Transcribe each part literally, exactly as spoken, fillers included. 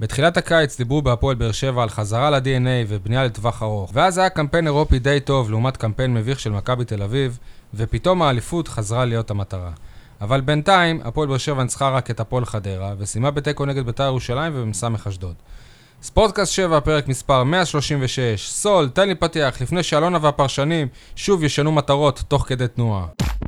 בתחילת הקיץ דיברו בהפועל באר שבע על חזרה ל-די אן איי ובנייה לטווח ארוך, ואז היה קמפיין אירופי די טוב לעומת קמפיין מביך של מכבי תל אביב, ופתאום האליפות חזרה להיות המטרה. אבל בינתיים, הפועל באר שבע ניצחה רק את הפועל חדרה, וסיימה בתיקו נגד בית"ר ירושלים ובמסמך אשדוד. ספורטקאסט שבע, פרק מספר מאה שלושים ושש. סול, תן לי פתיח, לפני שאלונה והפרשנים שוב ישנו מטרות תוך כדי תנועה.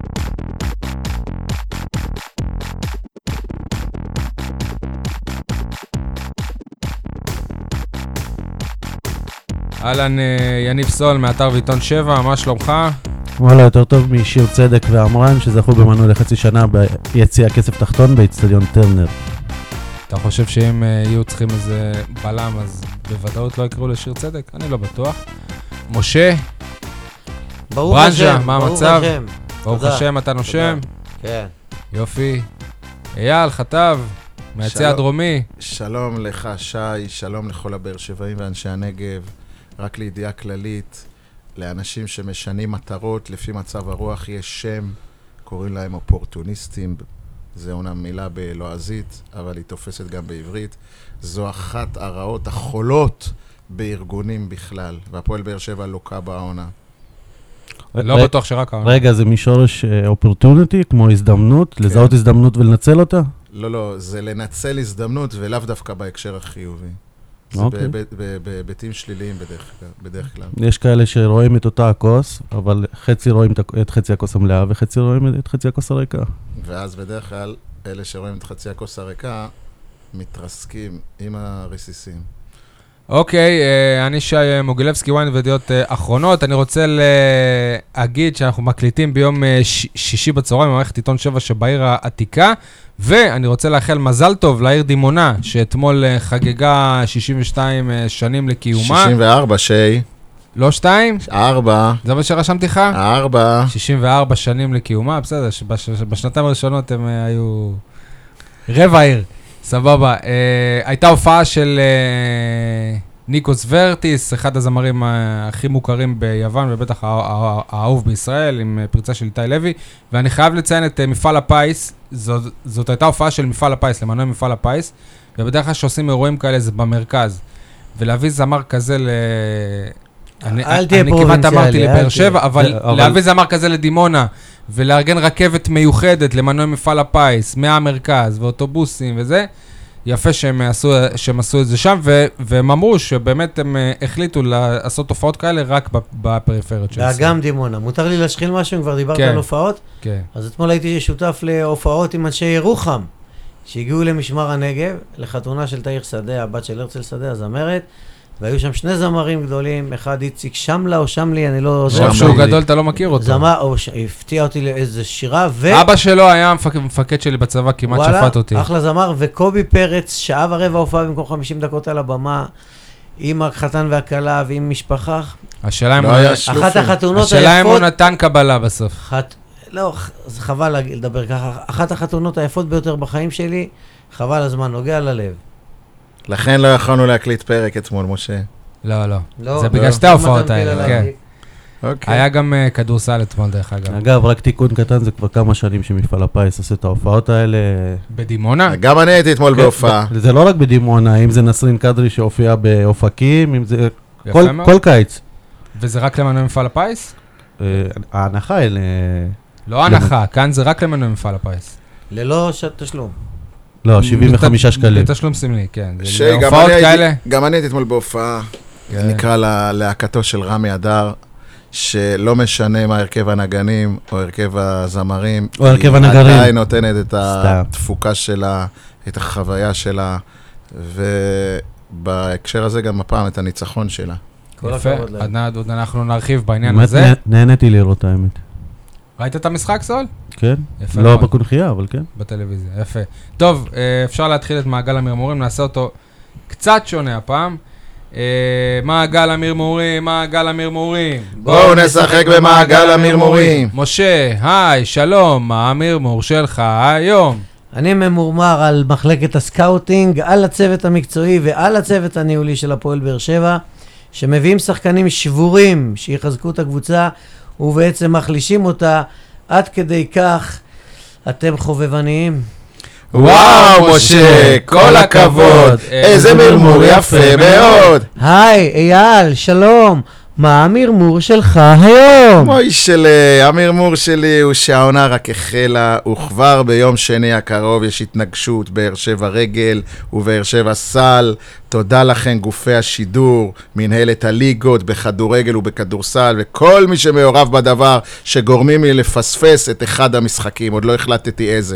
אהלן, יניב סול מאתר ועיתון שבע, מה שלומך? וואלה, יותר טוב משיר צדק ואמרן שזכו במנוי לחצי שנה ביציע כסף תחתון באצטדיון טרנר. אתה חושב שאם יהיו צריכים איזה בלם אז בוודאות לא יקראו לשיר צדק? אני לא בטוח. משה? ברוך ברנז'ה, השם, מה ברוך המצב? השם. ברוך תודה. השם, אתה נושם? כן. יופי. אייל, חטב, מהיציע שלום. הדרומי. שלום לך שי, שלום לכל הבאר שבעים ואנשי הנגב. רק לידיעה כללית, לאנשים שמשנים מטרות לפי מצב הרוח יש שם, קוראים להם אופורטוניסטים. זה אומנם מילה בלועזית, אבל היא תופסת גם בעברית. זו אחת הרעות החולות בארגונים בכלל, והפועל באר שבע לוקה בעונה. לא בטוח שרק העונה. רגע, זה משורש אופורטוניטי, כמו הזדמנות, לזהות הזדמנות ולנצל אותה? לא, לא, זה לנצל הזדמנות ולאו דווקא בהקשר החיובי. זה אוקיי. בהיבטים שליליים בדרך כלל- בדרך כלל. יש כאלה שרואים את אותה הכוס, אבל חצי רואים את ה- את חצי הכוס המלאה וחצי רואים את חצי הכוס הריקה. ואז בדרך כלל, אלה שרואים את חצי הכוס הריקה, מתרסקים עם הרסיסים. אוקיי, אה, אני שי מוגילבסקי, וויין וידיעות אה, אחרונות. אני רוצה להגיד שאנחנו מקליטים ביום אה, ש- שישי בצהריים במערכת עיתון שבע שבעיר העתיקה, ואני רוצה לאחל מזל טוב לעיר דימונה, שאתמול אה, חגגה שישים ושתיים אה, שנים לקיומה. שישים וארבע, שי. לא שתיים? ארבע. זה מה שרשמתי לך? ארבע. שישים וארבע שנים לקיומה, בסדר, שבש- בשנתיים הראשונות הם אה, היו רבע עיר, סבבה. אה, הייתה הופעה של אה, ניקוס ורטיס, אחד הזמרים אה, הכי מוכרים ביוון, ובטח הא- הא- האהוב בישראל, עם אה, פריצה של איתי לוי, ואני חייב לציין את אה, מפעל הפיס, זאת, זאת הייתה הופעה של מפעל הפיס, למנוי מפעל הפיס, ובדרך כלל שעושים אירועים כאלה זה במרכז, ולהביא זמר כזה ל... אני, אל תהיה אני כמעט פרובינציאלי, אמרתי אל לבאר תהיה. שבע, אבל אבל- להביא זמר כזה לדימונה, ולארגן רכבת מיוחדת למנוי מפעל הפיס, מהמרכז, ואוטובוסים וזה, יפה שהם עשו, שהם עשו את זה שם, ו, והם אמרו שבאמת הם אה, החליטו לעשות תופעות כאלה רק בפ- בפריפריות של ישראל. באגם דימונה. מותר לי להשחיל משהו, אם כבר דיברת כן. על הופעות? כן. אז אתמול הייתי שותף להופעות עם אנשי ירוחם, שהגיעו למשמר הנגב, לחתונה של תאיר שדה, הבת של הרצל שדה, הזמרת, והיו שם שני זמרים גדולים, אחד איציק שמלה או שמלי, אני לא... שמלה. זה- עכשיו שהוא גדול, אתה לא מכיר אותו. זמר, או ש- הפתיע אותי לאיזה שירה, ו... אבא שלו היה מפק- מפקד שלי בצבא, כמעט וואלה, שפט אותי. אחלה זמר, וקובי פרץ, שעה ורבע הופעה במקום חמישים דקות על הבמה, עם החתן והכלה ועם משפחה. השאלה אם לא הוא- היה שלופים. אחת החתונות השאלה אם הוא היפות... נתן קבלה בסוף. חת... לא, ח- זה חבל להג- לדבר ככה. אחת החתונות היפות ביותר בחיים שלי, חבל הזמן, נוגע ללב. לכן לא יכולנו להקליט פרק אתמול, משה. לא, לא. לא, זה לא. בגלל שתי למה ההופעות אתה מפיל האלה, עליי? כן. אוקיי. היה גם אה, כדורסל אתמול דרך אגב. אגב, רק תיקון קטן, זה כבר כמה שנים שמפעל הפיס עושה את ההופעות האלה. בדימונה? גם אני הייתי אתמול בהופעה. זה לא רק בדימונה, אם זה נסרין קדרי שהופיע באופקים, אם זה... יפה כל- מאוד. כל קיץ. וזה רק למנוי מפעל הפיס? אה, ההנחה היא ל... לא הנחה, כאן זה רק למנוי מפעל הפיס. ללא ש... תשלום. לא, שבעים וחמישה בת- שקלים. בתשלום סמלי, כן. זה שי, גם הופעות אני כאלה. הייתי- גם אני הייתי אתמול בהופעה, כן. נקרא לה- להקתו של רמי אדר, שלא משנה מה הרכב הנגנים או הרכב הזמרים, או הרכב היא הנגרים. עדיין נותנת את סתם. התפוקה שלה, את החוויה שלה, ובהקשר הזה גם הפעם את הניצחון שלה. כל יפה, הכבוד להם. עד נ- עוד אנחנו נרחיב בעניין באמת הזה. נה- נהניתי לראות האמת. ראית את המשחק, סול? כן? יפה לא מאוד. בקונחייה, אבל כן. בטלוויזיה, יפה. טוב, אה, אפשר להתחיל את מעגל המרמורים, נעשה אותו קצת שונה הפעם. אה, מעגל המרמורים, מעגל המרמורים. בואו נשחק במעגל המרמורים. משה, היי, שלום, מה המרמור שלך היום? אני ממורמר על מחלקת הסקאוטינג, על הצוות המקצועי ועל הצוות הניהולי של הפועל באר שבע, שמביאים שחקנים שבורים שיחזקו את הקבוצה, ובעצם מחלישים אותה עד כדי כך אתם חובבניים. וואו, משה, כל הכבוד, איזה מרמור יפה מאוד. היי, אייל, שלום. מה המרמור שלך היום? מוי שלי, המרמור שלי הוא שהעונה רק החלה, וכבר ביום שני הקרוב יש התנגשות באר שבע רגל ובאר שבע סל. תודה לכם גופי השידור, מנהלת הליגות בכדורגל ובכדורסל, וכל מי שמעורב בדבר שגורמים לי לפספס את אחד המשחקים, עוד לא החלטתי איזה.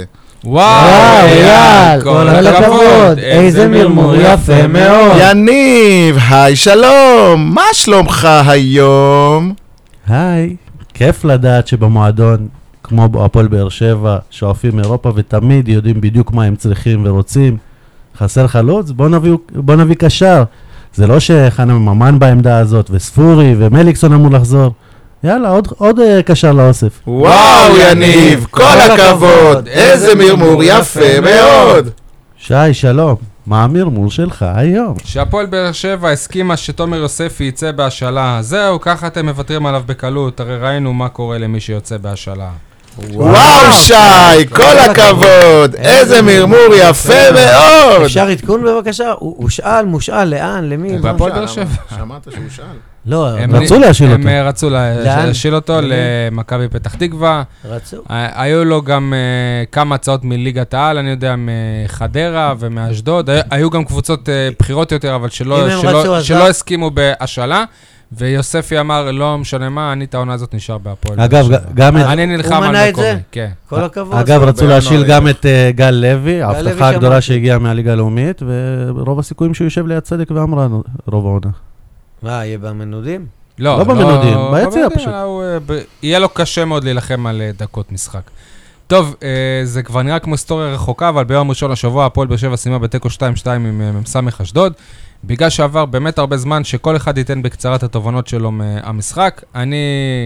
וואו, אייל, כל הכבוד, איזה מרמור יפה מאוד. יניב, היי שלום, מה שלומך היום? היי, כיף לדעת שבמועדון, כמו הפועל באר שבע, שואפים אירופה ותמיד יודעים בדיוק מה הם צריכים ורוצים. חסר חלוץ? בוא נביא, בוא נביא קשר. זה לא שחנה ממן בעמדה הזאת, וספורי ומליקסון אמור לחזור. יאללה, עוד, עוד קשר לאוסף. וואו, יניב, כל הכבוד, איזה מרמור יפה מאוד. שי, שלום, מה המרמור שלך היום? שהפועל באר שבע הסכימה שתומר יוספי יצא בהשאלה. זהו, ככה אתם מוותרים עליו בקלות, הרי ראינו מה קורה למי שיוצא בהשאלה. וואו, שי, כל הכבוד, איזה מרמור יפה מאוד. אפשר עדכון בבקשה? הוא שאל, מושאל, לאן, למי? בהפועל באר שבע. שמעת שהוא שאל? לא, הם רצו להשיל אותו. הם רצו להשיל אותו למכבי פתח תקווה. רצו. היו לו גם כמה הצעות מליגת העל, אני יודע, מחדרה ומאשדוד. היו גם קבוצות בחירות יותר, אבל שלא הסכימו בהשאלה. ויוספי אמר, לא משנה מה, אני את העונה הזאת נשאר בהפועל. אגב, גם... אני נלחם על מקומי. כל הכבוד. אגב, רצו להשיל גם את גל לוי, ההבטחה הגדולה שהגיעה מהליגה הלאומית, ורוב הסיכויים שהוא יושב ליד צדק ואמרה רוב העונה. מה, יהיה במנודים? לא, לא במנודים, ביציאה פשוט. יהיה לו קשה מאוד להילחם על דקות משחק. טוב, זה כבר נראה כמו היסטוריה רחוקה, אבל ביום ראשון השבוע הפועל באר שבע סיימה בתיקו שתיים שתיים עם מ"ס אשדוד. בגלל שעבר באמת הרבה זמן שכל אחד ייתן בקצרה את התובנות שלו מהמשחק. אני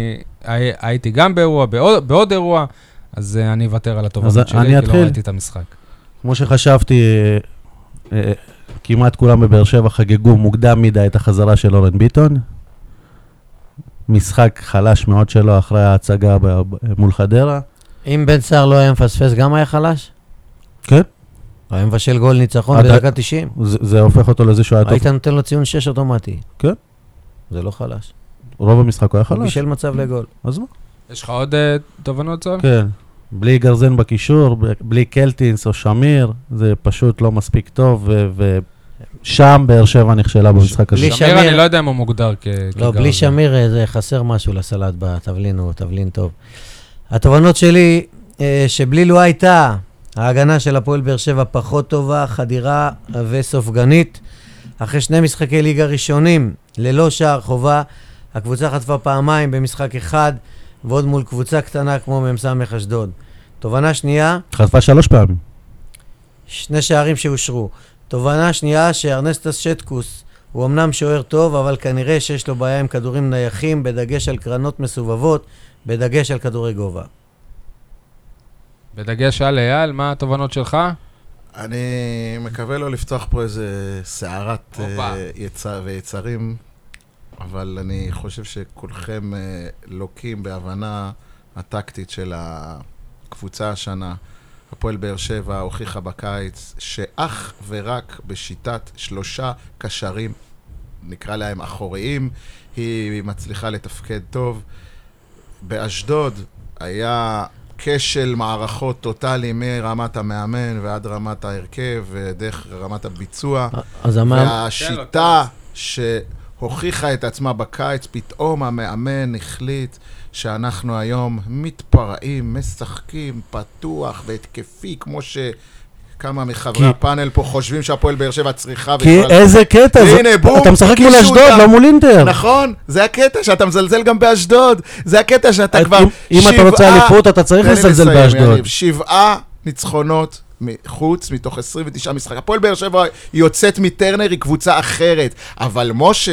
הייתי גם באירוע, בעוד, בעוד אירוע, אז אני אוותר על התובנות שלי, כי לא ראיתי את המשחק. כמו שחשבתי, כמעט כולם בבאר שבע חגגו מוקדם מדי את החזרה של אורן ביטון. משחק חלש מאוד שלו אחרי ההצגה מול חדרה. אם בן סער לא היה מפספס, גם היה חלש? כן. היה מבשל גול ניצחון בדקה תשעים. זה הופך אותו לזה שהוא היה טוב. היית נותן לו ציון שש אוטומטי. כן. זה לא חלש. רוב המשחק הוא היה חלש. הוא בישל מצב לגול. אז מה? יש לך עוד תובנות צהל? כן. בלי גרזן בקישור, בלי קלטינס או שמיר, זה פשוט לא מספיק טוב, ושם באר שבע נכשלה במשחק הזה. שמיר אני לא יודע אם הוא מוגדר כגרזן. לא, בלי שמיר זה חסר משהו לסלט בתבלין, הוא תבלין טוב. התובנות שלי, שבלי לו הייתה, ההגנה של הפועל באר שבע פחות טובה, חדירה וסופגנית. אחרי שני משחקי ליגה ראשונים, ללא שער חובה, הקבוצה חטפה פעמיים במשחק אחד, ועוד מול קבוצה קטנה כמו מ"ס אשדוד. תובנה שנייה... חטפה שלוש פעמים. שני שערים שאושרו. תובנה שנייה שארנסטס שטקוס הוא אמנם שוער טוב, אבל כנראה שיש לו בעיה עם כדורים נייחים, בדגש על קרנות מסובבות, בדגש על כדורי גובה. בדגש על אייל, מה התובנות שלך? אני מקווה לא לפתוח פה איזה סערת יצר ויצרים, אבל אני חושב שכולכם לוקים בהבנה הטקטית של הקבוצה השנה. הפועל באר שבע הוכיחה בקיץ שאך ורק בשיטת שלושה קשרים, נקרא להם אחוריים, היא מצליחה לתפקד טוב. באשדוד היה כשל מערכות טוטלי מרמת המאמן ועד רמת ההרכב ודרך רמת הביצוע. והשיטה שהוכיחה את עצמה בקיץ, פתאום המאמן החליט שאנחנו היום מתפרעים, משחקים, פתוח והתקפי, כמו ש... כמה מחברי הפאנל פה חושבים שהפועל באר שבע צריכה... כי איזה קטע, אתה משחק מול אשדוד, לא מול אינטר. נכון, זה הקטע שאתה מזלזל גם באשדוד, זה הקטע שאתה כבר... אם אתה רוצה אליפות, אתה צריך לזלזל באשדוד. שבעה ניצחונות חוץ מתוך עשרים ותשעה משחק. הפועל באר שבע יוצאת מטרנר, היא קבוצה אחרת, אבל משה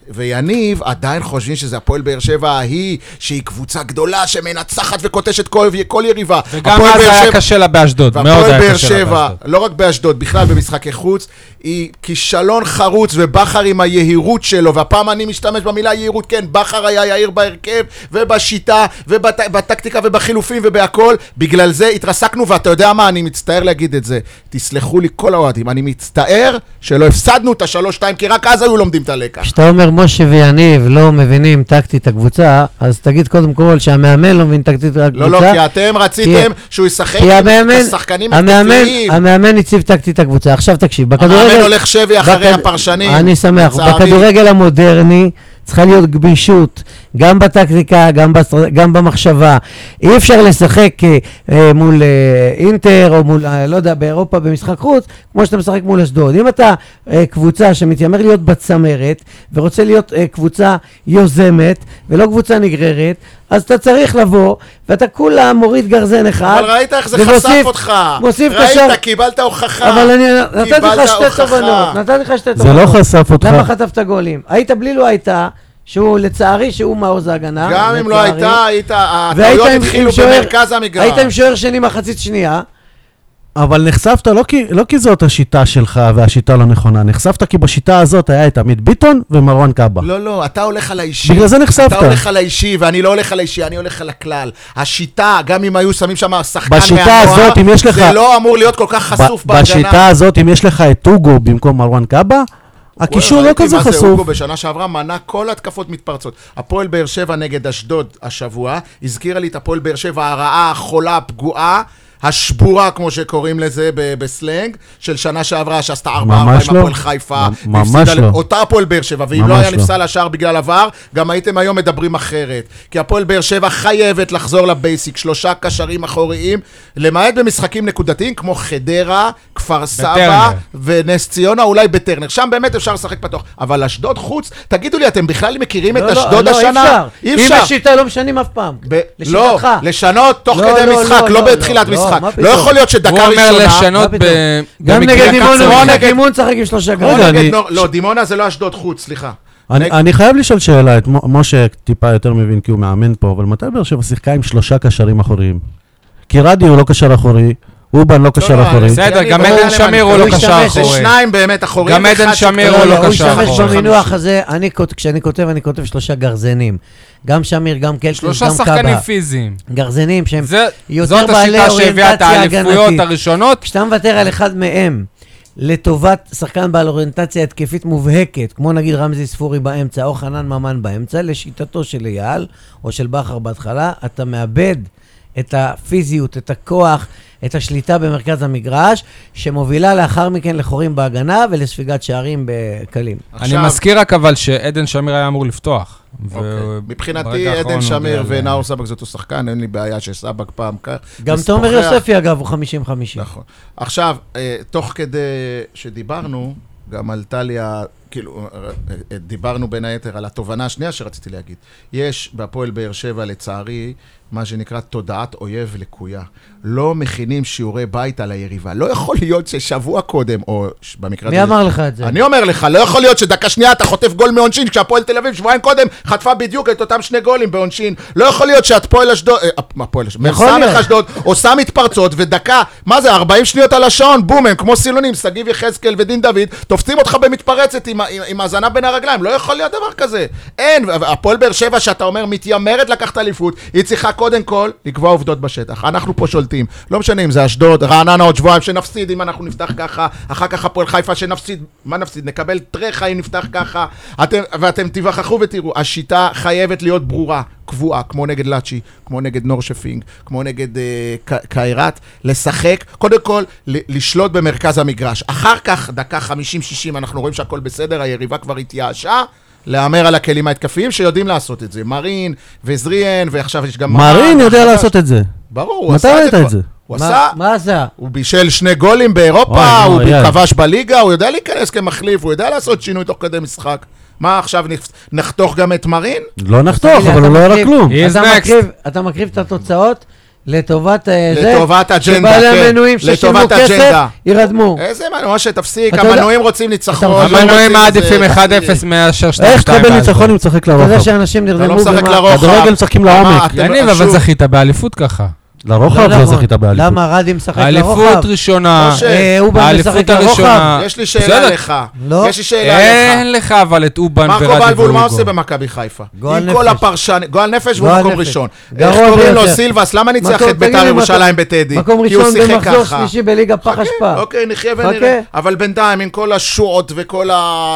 ויניב עדיין חושבים שזה הפועל באר שבע ההיא, שהיא קבוצה גדולה שמנצחת וקוטשת כל, כל יריבה. וגם אז היה שבע... קשה לה באשדוד, מאוד היה קשה לה באשדוד. לא רק באשדוד, בכלל במשחקי חוץ, היא כישלון חרוץ, ובחר עם היהירות שלו, והפעם אני משתמש במילה יהירות, כן, בחר היה יהיר בהרכב, ובשיטה, ובטקטיקה, ובחילופים, ובהכל. בגלל זה התרסקנו, ואתה יודע מה, אני מצטער להגיד את זה. תסלחו לי כל האוהדים, אני מצטער שלא הפסדנו את השלוש שתיים, כי רק אז היו לומדים את הלקח. כשאתה אומר משה ויניב לא מבינים טקטית את הקבוצה, אז תגיד קודם כל שהמאמן לא מבין טקטית את הקבוצה. לא, לא, כי אתם רציתם שהוא ישחק עם השחקנים התקפיים. המאמן הציב טקטית את הקבוצה. עכשיו תקשיב, המאמן הולך שבי אחרי הפרשנים. אני שמח, בכדורגל המודרני צריכה להיות גמישות, גם בטקטיקה, גם, בסטר... גם במחשבה. אי אפשר לשחק אה, מול אה, אינטר, או מול, אה, לא יודע, באירופה במשחק חוץ, כמו שאתה משחק מול אשדוד. אם אתה אה, קבוצה שמתיימר להיות בצמרת, ורוצה להיות אה, קבוצה יוזמת, ולא קבוצה נגררת, אז אתה צריך לבוא, ואתה כולה מוריד גרזן אחד. אבל ראית איך זה חשף אותך. מוסיף ראית, קשר... קיבלת הוכחה. אבל אני נתתי לך שתי תובנות. נתתי לך שתי תובנות. זה לא חשף אותך. למה חטפת גולים? היית בלי לא הייתה, שהוא לצערי שהוא מעוז ההגנה. גם אם לא הייתה, היית, הטעויות התחילו במרכז המגרש. היית עם שוער שני מחצית שנייה. אבל נחשפת לא כי, לא כי זאת השיטה שלך והשיטה לא נכונה, נחשפת כי בשיטה הזאת היה את עמית ביטון ומרואן קאבה. לא, לא, אתה הולך על האישי. בגלל זה נחשפת. אתה הולך על האישי ואני לא הולך על האישי, אני הולך על הכלל. השיטה, גם אם היו שמים שם שחקן בשיטה הזאת, אם יש לך... זה לא אמור להיות כל כך חשוף בהגנה. בשיטה הזאת, אם יש לך את טוגו במקום מרואן קאבה, הקישור לא כזה חשוף. אוגו בשנה שעברה מנה כל התקפות מתפרצות. הפועל באר שבע נגד אשדוד השבוע, הזכירה לי את הפועל באר שבע הרעה, החולה, הפגועה, השבורה, כמו שקוראים לזה בסלנג, של שנה שעברה, שעשתה ארבעה ארבעה עם הפועל חיפה. ממש לא. אותה הפועל באר שבע, ואם לא היה נפסל השער בגלל עבר, גם הייתם היום מדברים אחרת. כי הפועל באר שבע חייבת לחזור לבייסיק, שלושה קשרים אחוריים, למעט במשחקים נקודתיים, כמו חדרה, כפר סבא ונס ציונה, אולי בטרנר. שם באמת אפשר לשחק פתוח. אבל אשדוד חוץ, תגידו לי, אתם בכלל מכירים את אשדוד השנה? אי אפשר. אם בשיטה לא משנים אף פעם. לא, לשנות תוך כדי משחק, לא בתחילת משחק. לא יכול להיות שדקה ראשונה... הוא אומר לשנות גם נגד דימונה, נגד דימון צחק עם שלושה גרעים. לא, דימונה זה לא אשדוד חוץ, סליחה. אני חייב לשאול שאלה, את משה טיפה יותר מבין כי הוא מאמן פה, אבל מתי באר שבע שיחקה עם שלושה קשרים אחוריים? כי רדי הוא לא קשר אחורי, אובן לא קשר אחורי. בסדר, גם עדן שמיר הוא לא קשר אחורי. זה שניים באמת אחוריים. גם עדן שמיר הוא לא קשר אחורי. הוא ישתמש במינוח הזה, כשאני כותב, אני כותב שלושה גרזנים. גם שמיר, גם קלטינס, גם קאבה. שלושה שחקנים פיזיים. גרזנים שהם יותר בעלי זאת השיטה שהביאה את האליפויות הראשונות. כשאתה מוותר על אחד מהם לטובת שחקן בעל אוריינטציה התקפית מובהקת, כמו נגיד רמזי ספורי באמצע, או חנן ממן באמצע, לשיטתו של אייל, או של בחר בהתחלה, אתה מאבד את הפיזיות, את הכוח, את השליטה במרכז המגרש, שמובילה לאחר מכן לחורים בהגנה ולספיגת שערים בקלים. אני מזכיר רק אבל שעדן שמיר היה אמור לפתוח. מבחינתי עדן שמיר ונאור סבק זאת הוא שחקן, אין לי בעיה שסבק פעם כך. גם תומר יוספי אגב הוא חמישים חמישים. נכון. עכשיו, תוך כדי שדיברנו, גם עלתה לי, כאילו, דיברנו בין היתר על התובנה השנייה שרציתי להגיד. יש בהפועל באר שבע לצערי, מה שנקרא תודעת אויב לקויה. לא מכינים שיעורי בית על היריבה. לא יכול להיות ששבוע קודם, או במקרה... מי אמר לך את זה? אני אומר לך, לא יכול להיות שדקה שנייה אתה חוטף גול מעונשין, כשהפועל תל אביב שבועיים קודם חטפה בדיוק את אותם שני גולים בעונשין. לא יכול להיות שהפועל אשדוד, הפועל סמך אשדוד, עושה מתפרצות ודקה, מה זה, ארבעים שניות על השעון, בום, הם כמו סילונים, סגיב יחזקאל ודין דוד, תופסים אותך במתפרצת עם, עם, עם הזנב בין הרגליים. לא יכול להיות דבר כזה. אין, הפועל באר שבע שאתה אומר מתיימרת לקחת אליפות, היא צריכה קודם כל לקבוע עובדות בשטח. אנחנו פה שולטים. לא משנה אם זה אשדוד, רעננה עוד שבועיים שנפסיד אם אנחנו נפתח ככה, אחר כך הפועל חיפה שנפסיד, מה נפסיד? נקבל טרחה אם נפתח ככה. אתם, ואתם תיווכחו ותראו, השיטה חייבת להיות ברורה, קבועה, כמו נגד לצ'י, כמו נגד נורשפינג, כמו נגד אה, קיירת, לשחק, קודם כל לשלוט במרכז המגרש. אחר כך, דקה חמישים שישים, אנחנו רואים שהכל בסדר, היריבה כבר התייאשה, לאמר על הכלים ההתקפיים שיודעים לעשות את זה. מרין וזריאן, ועכשיו יש גם... מרין יודע לעשות את זה. ברור, הוא עשה את זה. הוא עשה... מה עשה? הוא בישל שני גולים באירופה, הוא כבש בליגה, הוא יודע להיכנס כמחליף, הוא יודע לעשות שינוי תוך כדי משחק. מה עכשיו, נחתוך גם את מרין? לא נחתוך, אבל הוא לא יראה כלום. אתה מקריב את התוצאות, לטובת זה, לטובת אג'נדה, שבעלי כן. המנויים ששילמו לטובת כסף, אג'נדה. ירדמו. איזה מנוע שתפסיק, אתה יודע- המנויים רוצים ניצחון. אתה- לא המנויים רוצים מעדיפים איזה- אחד אפס מאשר שתיים איך שתיים. תקבל ניצחון אם משחק אתה יודע לרוחב? שאנשים אתה לא נרדמו משחק במה? לרוחב. כדורגל משחקים מה, לעומק. אתם- יניב, אבל שוב, זכית באליפות ככה. לרוחב לא לא נכון. זכית באליפות. למה רדי משחק האליפות לרוחב? ראשונה, משה, אה, אובן משחק האליפות לרוחב? הראשונה. יש לי שאלה בסדר. לך. לא. יש לי שאלה אין לך. לך אבל את אובן מרקו ורדי בלבול, מה ואוגו. עושה במכבי חיפה? גועל עם כל נפש. הפרשן, גועל נפש והוא גועל מקום נפש. ראשון. גרוע איך קוראים לו ביותר. סילבס? למה ניצח מקום- את בית"ר תגיד לי, ירושלים מקום- בטדי? מקום כי הוא ראשון שיחק במחזור ככה. שלישי בליגה פח אשפה. אוקיי, נחיה חכה. ונראה. אבל בינתיים, עם כל השועות וכל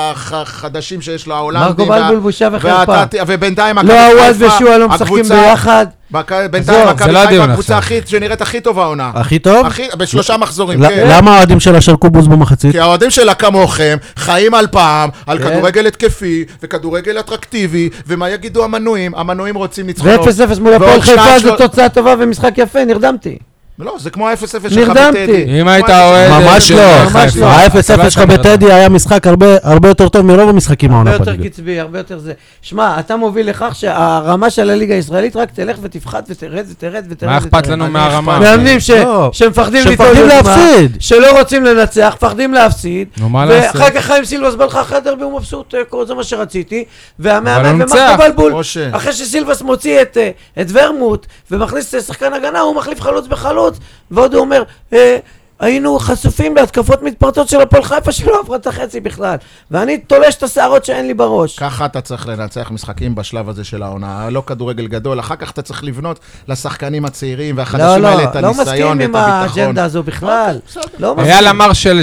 החדשים שיש לו, ההולנדים... מרקו בלבול בושה וחרפה. והת- ובינתיים מכבי לא עווד חיפה, ושועה לא משחקים הקבוצה- ביחד. בק- עזוב, בינתיים זה מכבי לא חיפה הדיון הקבוצה עכשיו. הכי- שנראית הכי טוב העונה. הכי טוב? הכי- בשלושה מחזורים, ל- כן. למה האוהדים שלה שרקו בוז במחצית? כי האוהדים שלה כמוכם חיים על פעם, על כן. כדורגל התקפי וכדורגל אטרקטיבי, ומה יגידו המנויים? המנויים רוצים ניצחונות. ו-אפס אפס מול הפועל ועוד חיפה שניים, זו שלוש- תוצאה טובה ומשחק יפה, נרדמתי. לא, זה כמו ה-אפס אפס שלך נרדמתי. בטדי. אם היית כמו ה-אפס אפס. אוהד... ממש של לא. חיפה, ה-אפס אפס שלך בטדי היה משחק הרבה הרבה יותר טוב מרוב המשחקים הרבה העונה יותר בליגה. קצבי, הרבה יותר זה. שמע, אתה מוביל לכך שהרמה של הליגה הישראלית רק תלך ותפחת ותרד ותרד ותרד. מה אכפת ותרד. לנו אני מהרמה? אכפת. מאמנים ש- לא. שמפחדים שמפחדים ליטול יוזמה, להפסיד. שלא רוצים לנצח, מפחדים להפסיד, נו, מה לעשות? ואחר כך חיים סילבס בא לך חדר והוא מבסוט, אה, כל זה מה שרציתי, אבל והמאמן הוא ומרקו ניצח. בלבול, משה. אחרי שסילבס מוציא את, אה, את ורמוט ומכניס אה, שחקן הגנה, הוא מחליף חלוץ בחלוץ, ועוד הוא אומר, אה, היינו חשופים להתקפות מתפרצות של הפועל חיפה שלא עברה את החצי בכלל, ואני תולש את השערות שאין לי בראש. ככה אתה צריך לנצח משחקים בשלב הזה של העונה, לא כדורגל גדול, אחר כך אתה צריך לבנות לשחקנים הצעירים לא, והחדשים לא, האלה את לא הניסיון מסכים ואת עם הביטחון. האג'נדה הזו בכלל. בסדר. לא מסכים. אייל אמר של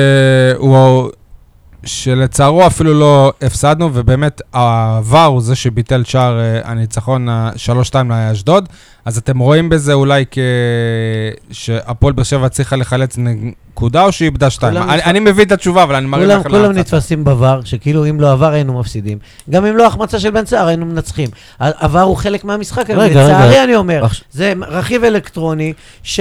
שהוא... שלצערו אפילו לא הפסדנו, ובאמת העבר הוא זה שביטל את שער אה, הניצחון ה-שלוש שתיים לאשדוד, אז אתם רואים בזה אולי כ... שהפועל באר שבע צריכה לחלץ נקודה או שהיא איבדה שתיים? כולם אני, נתפ- אני מבין את התשובה, אבל אני מראה כולם, לכם כולם להרצאה. נתפסים בבר, שכאילו אם לא עבר היינו מפסידים. גם אם לא החמצה של בן צער היינו מנצחים. עבר הוא חלק מהמשחק, רגע, לצערי רגע. אני אומר, עכשיו- זה רכיב אלקטרוני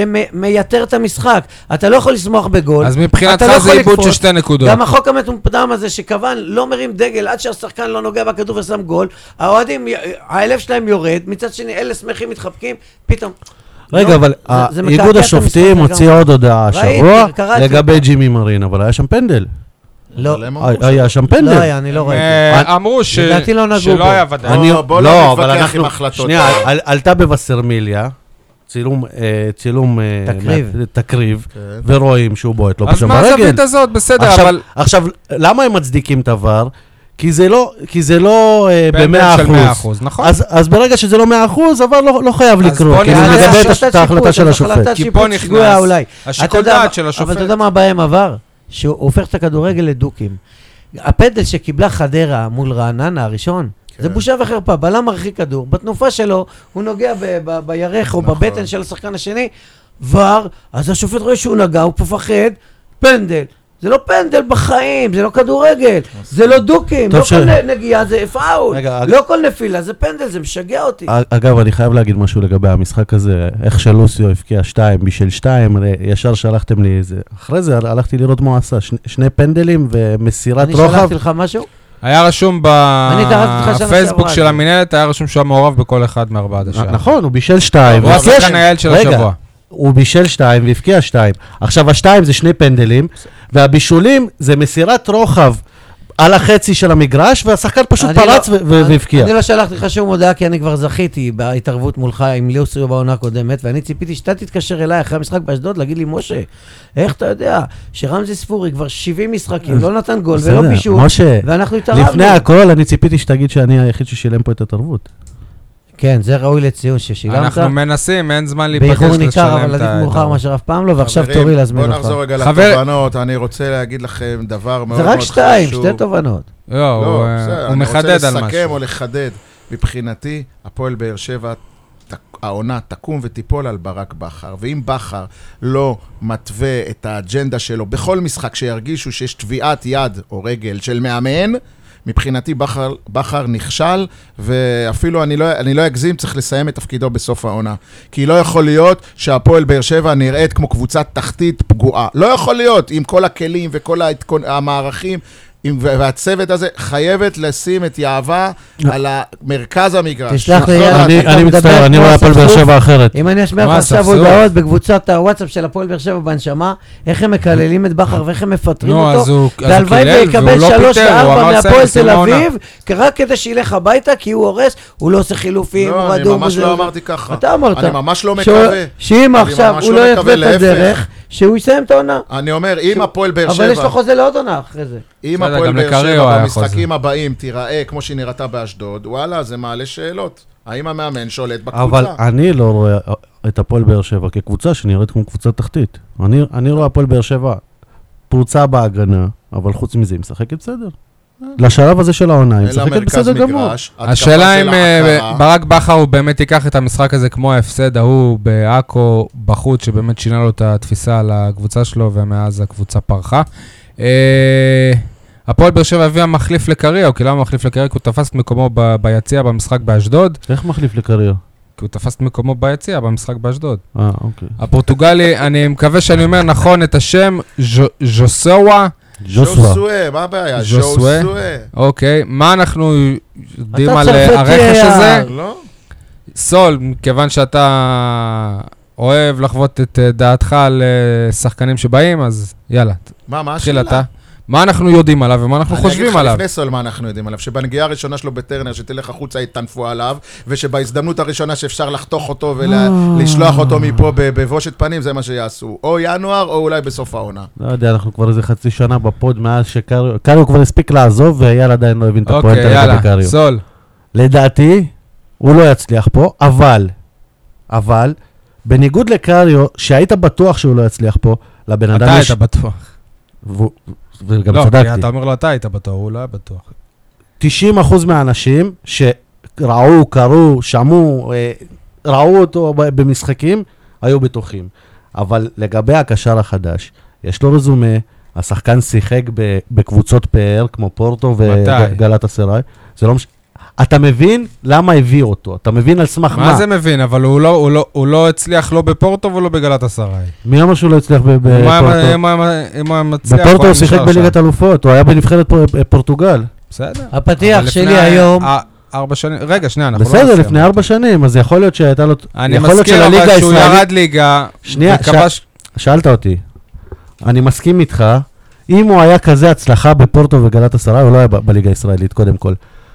שמייתר את המשחק. אתה לא יכול לשמוח בגול. אז אתה לא מבחינתך יכול זה איבוד לקפוץ. של שתי נקודות. גם החוק המטומטם הזה שכוון לא מרים דגל עד שהשחקן לא נוגע בכדור ושם גול, האוהדים, הלב שלהם יורד, מצד שני אלה שמחים מתחבקים, פתאום... רגע, לא, אבל זה- זה מקעקע איגוד את השופטים המשחק הוציא לגמרי. עוד הודעה ראיתי, השבוע קראתי לגבי אותה. ג'ימי מרין, אבל היה שם פנדל. לא, אבל הם אמרו היה- ש- היה שם לא פנדל. היה, אני לא ראיתי. אה, אמרו ש... לדעתי לא נגעו שלא בו. היה ודאי. אני- בוא- בוא לא אבל נתווכח אנחנו- עם החלטות. שנייה, על- עלתה בווסרמיליה, צילום, אה, צילום... אה, תקריב. מה- תקריב, כן. ורואים שהוא בועט לו אז פשוט מה ברגל. הזווית הזאת? בסדר, עכשיו- אבל... עכשיו, למה הם מצדיקים את העבר? כי זה לא, כי זה לא אה, באמת במאה של מאה אחוז. אחוז, נכון. אז, אז ברגע שזה לא מאה אחוז, עבר לא, לא חייב אז לקרות. בוא כי נראה, אני זה מדבר את החלטת הש- את ההחלטה שיפוט, של זה השופט. החלטת כי שיפוט פה נכנס שגויה אולי. השיקול אתה יודע- דעת של השופט. אבל אתה יודע מה הבעיה עם עבר? שהוא הופך את הכדורגל לדוקים. הפנדל שקיבלה חדרה מול רעננה הראשון, זה בושה וחרפה. בלם מרחיק כדור, בתנופה שלו הוא נוגע ב- ב- בירך או נכון. בבטן של השחקן השני, ור, אז השופט רואה שהוא נגע, הוא מפחד, פנדל. זה לא פנדל בחיים, זה לא כדורגל, זה לא דוקים, טוב לא ש- כל נ- נגיעה זה פאול, רגע, לא כל נפילה זה פנדל, זה משגע אותי. אגב, אני חייב להגיד משהו לגבי המשחק הזה, איך שלוסיו הבקיע שתיים בשביל שתיים, הרי ישר שלחתם לי איזה, אחרי זה הלכתי לראות מה הוא עשה, שני, שני פנדלים ומסירת אני רוחב. שלחתי לך משהו? היה רשום אני דרשתי לך שנה בפייסבוק שעברה. של המנהלת, היה רשום שהוא היה מעורב בכל אחד מארבעת השערים. נכון, הוא בישל שתיים. הוא והבקיע השחקן ש- הילד של רגע, השבוע. הוא בישל שתיים והבקיע שתיים. עכשיו, השתיים זה שני פנדלים, והבישולים זה מסירת רוחב על החצי של המגרש, והשחקן פשוט אני פרץ לא- ו- ו- אני- והבקיע. אני לא שלחתי לך שום הודעה, כי אני כבר זכיתי בהתערבות מולך עם ליאוסיו בעונה הקודמת, ואני ציפיתי שאתה תתקשר אליי אחרי המשחק באשדוד, להגיד לי, משה, איך אתה יודע שרמזי ספורי כבר שבעים משחקים, לא נתן גול ולא בסדר, בישול, משה, ואנחנו התערבנו. לפני הכל אני ציפיתי שתגיד שאני היחיד ששילם פה את התרבות. כן, זה ראוי לציון ששילמת. אנחנו מנסים, אין זמן להיפגש באיחור לשלם ניכר, אבל את עדיף ה... מאוחר מאשר אף פעם לא, ועכשיו חברים, תורי להזמין בוא אותך. נחזור רגע חבר- לתובנות, אני רוצה להגיד לכם דבר מאוד זה מאוד רק חשוב. שתיים, שתי תובנות. לא, לא, הוא, בסדר, הוא אני מחדד רוצה על לסכם משהו. או לחדד. מבחינתי, הפועל באר שבע, ת- העונה תקום ותיפול על ברק בכר, ואם בכר לא מתווה את האג'נדה שלו בכל משחק שירגישו שיש תביעת יד או רגל של מאמן, מבחינתי בכר, בכר נכשל, ואפילו אני לא, אני לא אגזים, צריך לסיים את תפקידו בסוף העונה. כי לא יכול להיות שהפועל באר שבע נראית כמו קבוצת תחתית פגועה. לא יכול להיות, עם כל הכלים וכל ההתכונ... המערכים, והצוות הזה חייבת לשים את יהבה על מרכז המגרש. תשלח לי, אני מצטער, אני רואה הפועל באר שבע אחרת. אם אני אשמע לך עכשיו הודעות בקבוצת הוואטסאפ של הפועל באר שבע בהנשמה, איך הם מקללים את בכר ואיך הם מפטרים אותו, והלוואי ויקבל שלוש וארבע מהפועל תל אביב, רק כדי שילך הביתה, כי הוא הורס, הוא לא עושה חילופים, הוא רדום. אני ממש לא אמרתי ככה. אתה אמרת. אני ממש לא מקווה. שאם עכשיו הוא לא יתווה את הדרך, שהוא יסיים את העונה. אני אומר, אם הפועל באר שבע... אבל יש לו חוזה לעוד עונה אחרי זה. אם הפועל באר שבע במשחקים הבאים תיראה כמו שהיא נראתה באשדוד, וואלה, זה מעלה שאלות. האם המאמן שולט בקבוצה? אבל אני לא רואה את הפועל באר שבע כקבוצה שנראית כמו קבוצה תחתית. אני, אני רואה הפועל באר שבע פרוצה בהגנה, אבל חוץ מזה היא משחקת בסדר. לשלב הזה של העונה, היא משחקת בסדר גמור. השאלה אם ברק בכר הוא באמת ייקח את המשחק הזה כמו ההפסד ההוא בעכו בחוץ, שבאמת שינה לו את התפיסה על הקבוצה שלו, ומאז הקבוצה פרחה. הפועל באר שבע הביאה מחליף לקריו, כי למה מחליף לקריו? כי הוא תפס את מקומו ביציע במשחק באשדוד. איך מחליף לקריו? כי הוא תפס את מקומו ביציע במשחק באשדוד. אה, אוקיי. הפורטוגלי, אני מקווה שאני אומר נכון את השם, ז'וסואה. ז'וסואה, מה הבעיה? ז'וסואה. אוקיי, מה אנחנו יודעים על הרכש הזה? לא. סול, מכיוון שאתה אוהב לחוות את דעתך על שחקנים שבאים, אז יאללה. מה, מה תחיל השאלה? אתה. מה אנחנו יודעים עליו ומה אנחנו חושבים עליו? אני אגיד לך לפני סול מה אנחנו יודעים עליו, שבנגיעה הראשונה שלו בטרנר, שתלך החוצה יתנפו עליו, ושבהזדמנות הראשונה שאפשר לחתוך אותו ולשלוח אותו מפה בבושת פנים, זה מה שיעשו. או ינואר או אולי בסוף העונה. לא יודע, אנחנו כבר איזה חצי שנה בפוד מאז שקריו, קריו כבר הספיק לעזוב, ואייל עדיין לא הבין את הפואנטה אוקיי, לגבי יאללה, קריו. סול. לדעתי, הוא לא יצליח פה, אבל, אבל, בניגוד לקריו, שהיית בטוח שהוא לא יצליח פה, לבן אדם אתה יש... היית בטוח. והוא- וגם לא, צדקתי. אתה אומר לו, אתה היית בטוח, הוא לא היה בטוח. תשעים אחוז מהאנשים שראו, קראו, שמעו, אה, ראו אותו ב- במשחקים, היו בטוחים. אבל לגבי הקשר החדש, יש לו רזומה, השחקן שיחק ב- בקבוצות פאר, כמו פורטו מתי? וגלת אסריי. זה לא מש... אתה מבין למה הביא אותו? אתה מבין על סמך מה? מה זה מבין? אבל הוא לא- הוא לא- הוא לא הצליח לא בפורטו ולא בגלת אסריי. מי אמר שהוא לא הצליח ב- מה- בפורטו? אם הוא- אם הוא מצליח, בפורטו היה הוא שיחק נשאר בליגת שם. אלופות, הוא היה בנבחרת פור- פורטוגל. בסדר. הפתיח אבל שלי לפני- היום- אה, ארבע שנים, רגע, שנייה, אנחנו לא בסדר, נסיים. לפני ארבע שנים, אז יכול להיות שהייתה לו... אני יכול להיות מזכיר שלליגה אבל שהוא הישראלית- ירד ליגה, שנייה, וכבש- שאלת אותי. אני מסכים איתך, אם הוא היה כזה הצלחה בפורטו וגלת אסריי, הוא לא היה ב- בליגה הישראלית, קודם כל.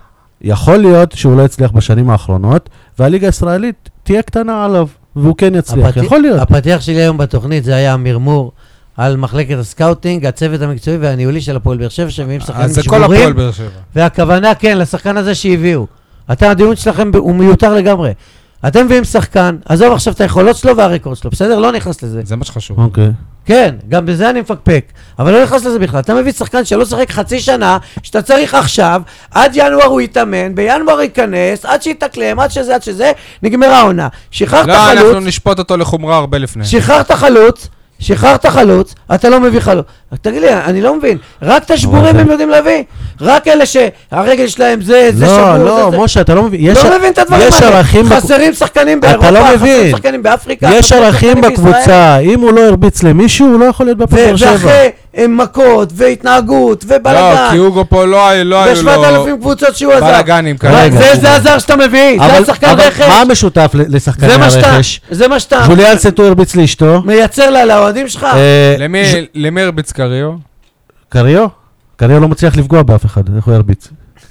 יכול להיות שהוא לא יצליח בשנים האחרונות, והליגה הישראלית תהיה קטנה עליו, והוא כן יצליח, הפתי- יכול להיות. הפתיח שלי היום בתוכנית זה היה מרמור על מחלקת הסקאוטינג, הצוות המקצועי והניהולי של הפועל באר שבע, שמביאים אז שחקנים זה כל הפועל שבורים, באר שבע. והכוונה, כן, לשחקן הזה שהביאו. אתה, הדיון שלכם ב- הוא מיותר לגמרי. אתם מביאים שחקן, עזוב עכשיו את היכולות שלו והרקורד שלו, בסדר? לא נכנס לזה. זה מה שחשוב. אוקיי. כן, גם בזה אני מפקפק, אבל לא נכנס לזה בכלל. אתה מביא שחקן שלא שחק חצי שנה, שאתה צריך עכשיו, עד ינואר הוא יתאמן, בינואר ייכנס, עד שיתקלם, עד שזה, עד שזה, נגמרה העונה. שחררת לא, אנחנו חלוץ, נשפוט אותו לחומרה הרבה לפני. שחררת חלוץ, שחררת חלוץ, אתה לא מביא חלוץ. תגיד לי, אני לא מבין, רק את השבורים הם יודעים להביא? רק אלה שהרגל שלהם זה, זה שבור, לא, זה לא, זה. משה, אתה לא מבין. יש- לא מבין את הדברים יש האלה. ערכים בק- חסרים שחקנים אתה באירופה, לא חסרים מבין. שחקנים באפריקה. יש חסרים ערכים שחקנים בישראל. בקבוצה, אם הוא לא הרביץ למישהו, הוא לא יכול להיות בפועל באר ו- שבע. ואחרי הם מכות והתנהגות לא, ובלגן. כי אוגו פה לא היו לא היו בשבעת לו אלפים קבוצות שהוא עזר. בלגנים אבל כאלה. זה זה הזר שאתה מביא, זה אבל- השחקן אבל רכש. מה המשותף ל- לשחקני זה מה שאתה, הרכש? זה מה שאתה ג'וליאן סטו הרביץ לאשתו. מייצר לה לאוהדים שלך. אה, למי- ז'- למי הרביץ קריו? קריו? קריו לא מצליח לפגוע באף אחד, איך הוא ירביץ?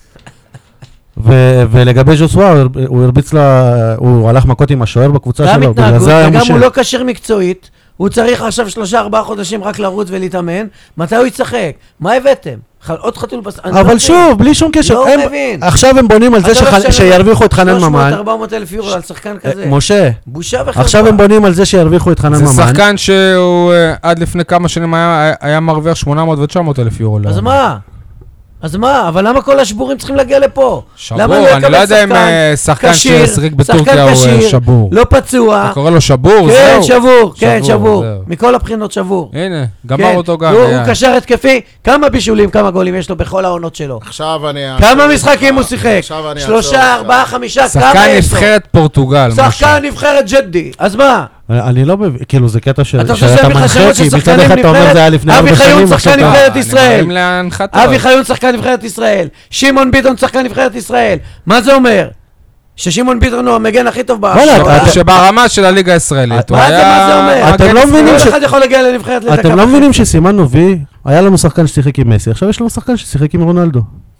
ו- ולגבי ז'וסווה, הוא הר- הוא הרביץ לה, הוא הלך מכות עם השוער בקבוצה גם שלו, בגלל התנהגות, זה היה וגם משה. הוא לא כשיר מקצועית. הוא צריך עכשיו שלושה ארבעה חודשים רק לרוץ ולהתאמן. מתי הוא יצחק? מה הבאתם? חל- עוד חתול בס... אני לא אבל מבין. שוב, בלי שום קשר, לא הם- מבין. עכשיו הם בונים על זה אתה לא שח- משלם שירוויחו את חנן שלוש מאות ממן. ארבע מאות אלף יורו על שחקן אה, כזה. משה, בושה וחרפה. עכשיו הם בונים על זה שירוויחו את חנן זה ממן. שחקן שהוא אה, עד לפני כמה שנים היה היה מרוויח שמונה מאות ותשע מאות אלף יורו. אז לעונה. מה? אז מה? אבל למה כל השבורים צריכים להגיע לפה? שבור, למה אני יקבל לא יודע אם שחקן אה, שחקן כשיר, ששיחק שחקן בטורקיה הוא אה, כשיר, שבור. לא פצוע. אתה קורא לו שבור? כן, זהו. שבור, כן, שבור, שבור. זהו. מכל הבחינות שבור. הנה, גמר כן. אותו גם. הוא היה. הוא קשר התקפי, כמה בישולים, כמה גולים יש לו בכל העונות שלו. עכשיו אני... כמה אעצור משחקים הוא אותך. שיחק? עכשיו אני אעצור שלושה, אותך. ארבעה, חמישה, כמה שחקן יש לו? נבחרת פורטוגל, משה. שחקן נבחרת ג'די, אז מה? אני לא מבין, כאילו זה קטע של... אתה חושב שאתה שאבי מנחה, חיון כי מצד ששחקנים אחד אתה אומר זה היה לפני אבי ארבע חיון שנים, שחקן עכשיו אתה- נבחרת אני ישראל. מרים להנחתות. אבי חיון שחקן נבחרת ישראל. שמעון ביטון שחקן נבחרת ישראל. מה זה אומר? ששמעון ביטון הוא המגן הכי טוב וואלה, בעולם. אתה- שברמה של הליגה הישראלית. הוא מה זה, היה מה זה אומר? אתם מגן לא מבינים כל ש- אחד יכול להגיע לנבחרת לדקה. אתם לא וחצי. מבינים שסימנו וי, היה לנו שחקן ששיחק עם מסי, עכשיו יש לנו שחקן ששיחק עם רונלדו.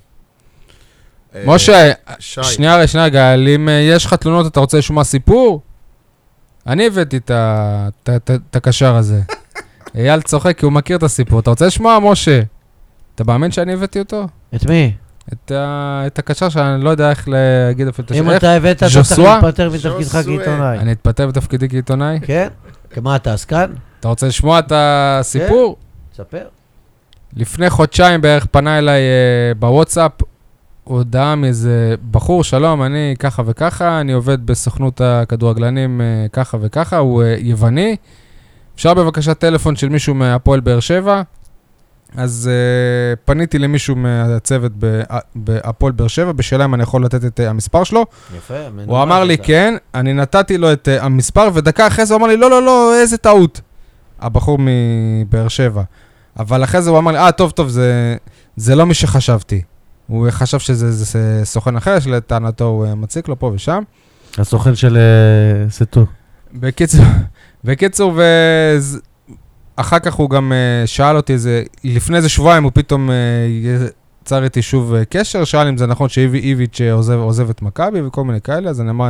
אה, משה, שי. שנייה, שנייה רגע, אם אה, יש לך תלונות, אתה רוצה לשמוע סיפור? אני הבאתי את ה- את ה- את ה- את הקשר הזה. אייל צוחק כי הוא מכיר את הסיפור. אתה רוצה לשמוע, משה? אתה מאמין שאני הבאתי אותו? את מי? את ה- את הקשר שאני לא יודע איך להגיד אפילו את השם. אם איך? אתה הבאת, אתה צריך ז'וסואה? להתפטר מתפקידך ז'וסואה. כעיתונאי. אני אתפטר בתפקידי כעיתונאי? כן? כמה אתה עסקן? אתה רוצה לשמוע את הסיפור? תספר. לפני חודשיים בערך פנה אליי אה, בוואטסאפ, הודעה מאיזה בחור, שלום, אני ככה וככה, אני עובד בסוכנות הכדורגלנים אה, ככה וככה, הוא אה, יווני. אפשר בבקשה טלפון של מישהו מהפועל באר שבע? אז אה, פניתי למישהו מהצוות ב- בהפועל באר שבע, בשאלה אם אני יכול לתת את אה, המספר שלו. יפה. הוא אמר לי כן, אני נתתי לו את uh, המספר, ודקה אחרי זה הוא אמר לי, לא, לא, לא, איזה טעות. הבחור מבאר שבע. אבל אחרי זה הוא אמר לי, אה, טוב, טוב, זה, זה לא מי שחשבתי. הוא חשב שזה זה, זה סוכן אחר, שלטענתו הוא uh, מציק לו פה ושם. הסוכן של אה, סטו. בקיצור, בקיצור, ואז, אחר כך הוא גם uh, שאל אותי, זה, לפני איזה שבועיים הוא פתאום uh, יצר איתי שוב uh, קשר, שאל אם זה נכון שאיביץ' עוזב, עוזב את מכבי וכל מיני כאלה, אז אני אמר,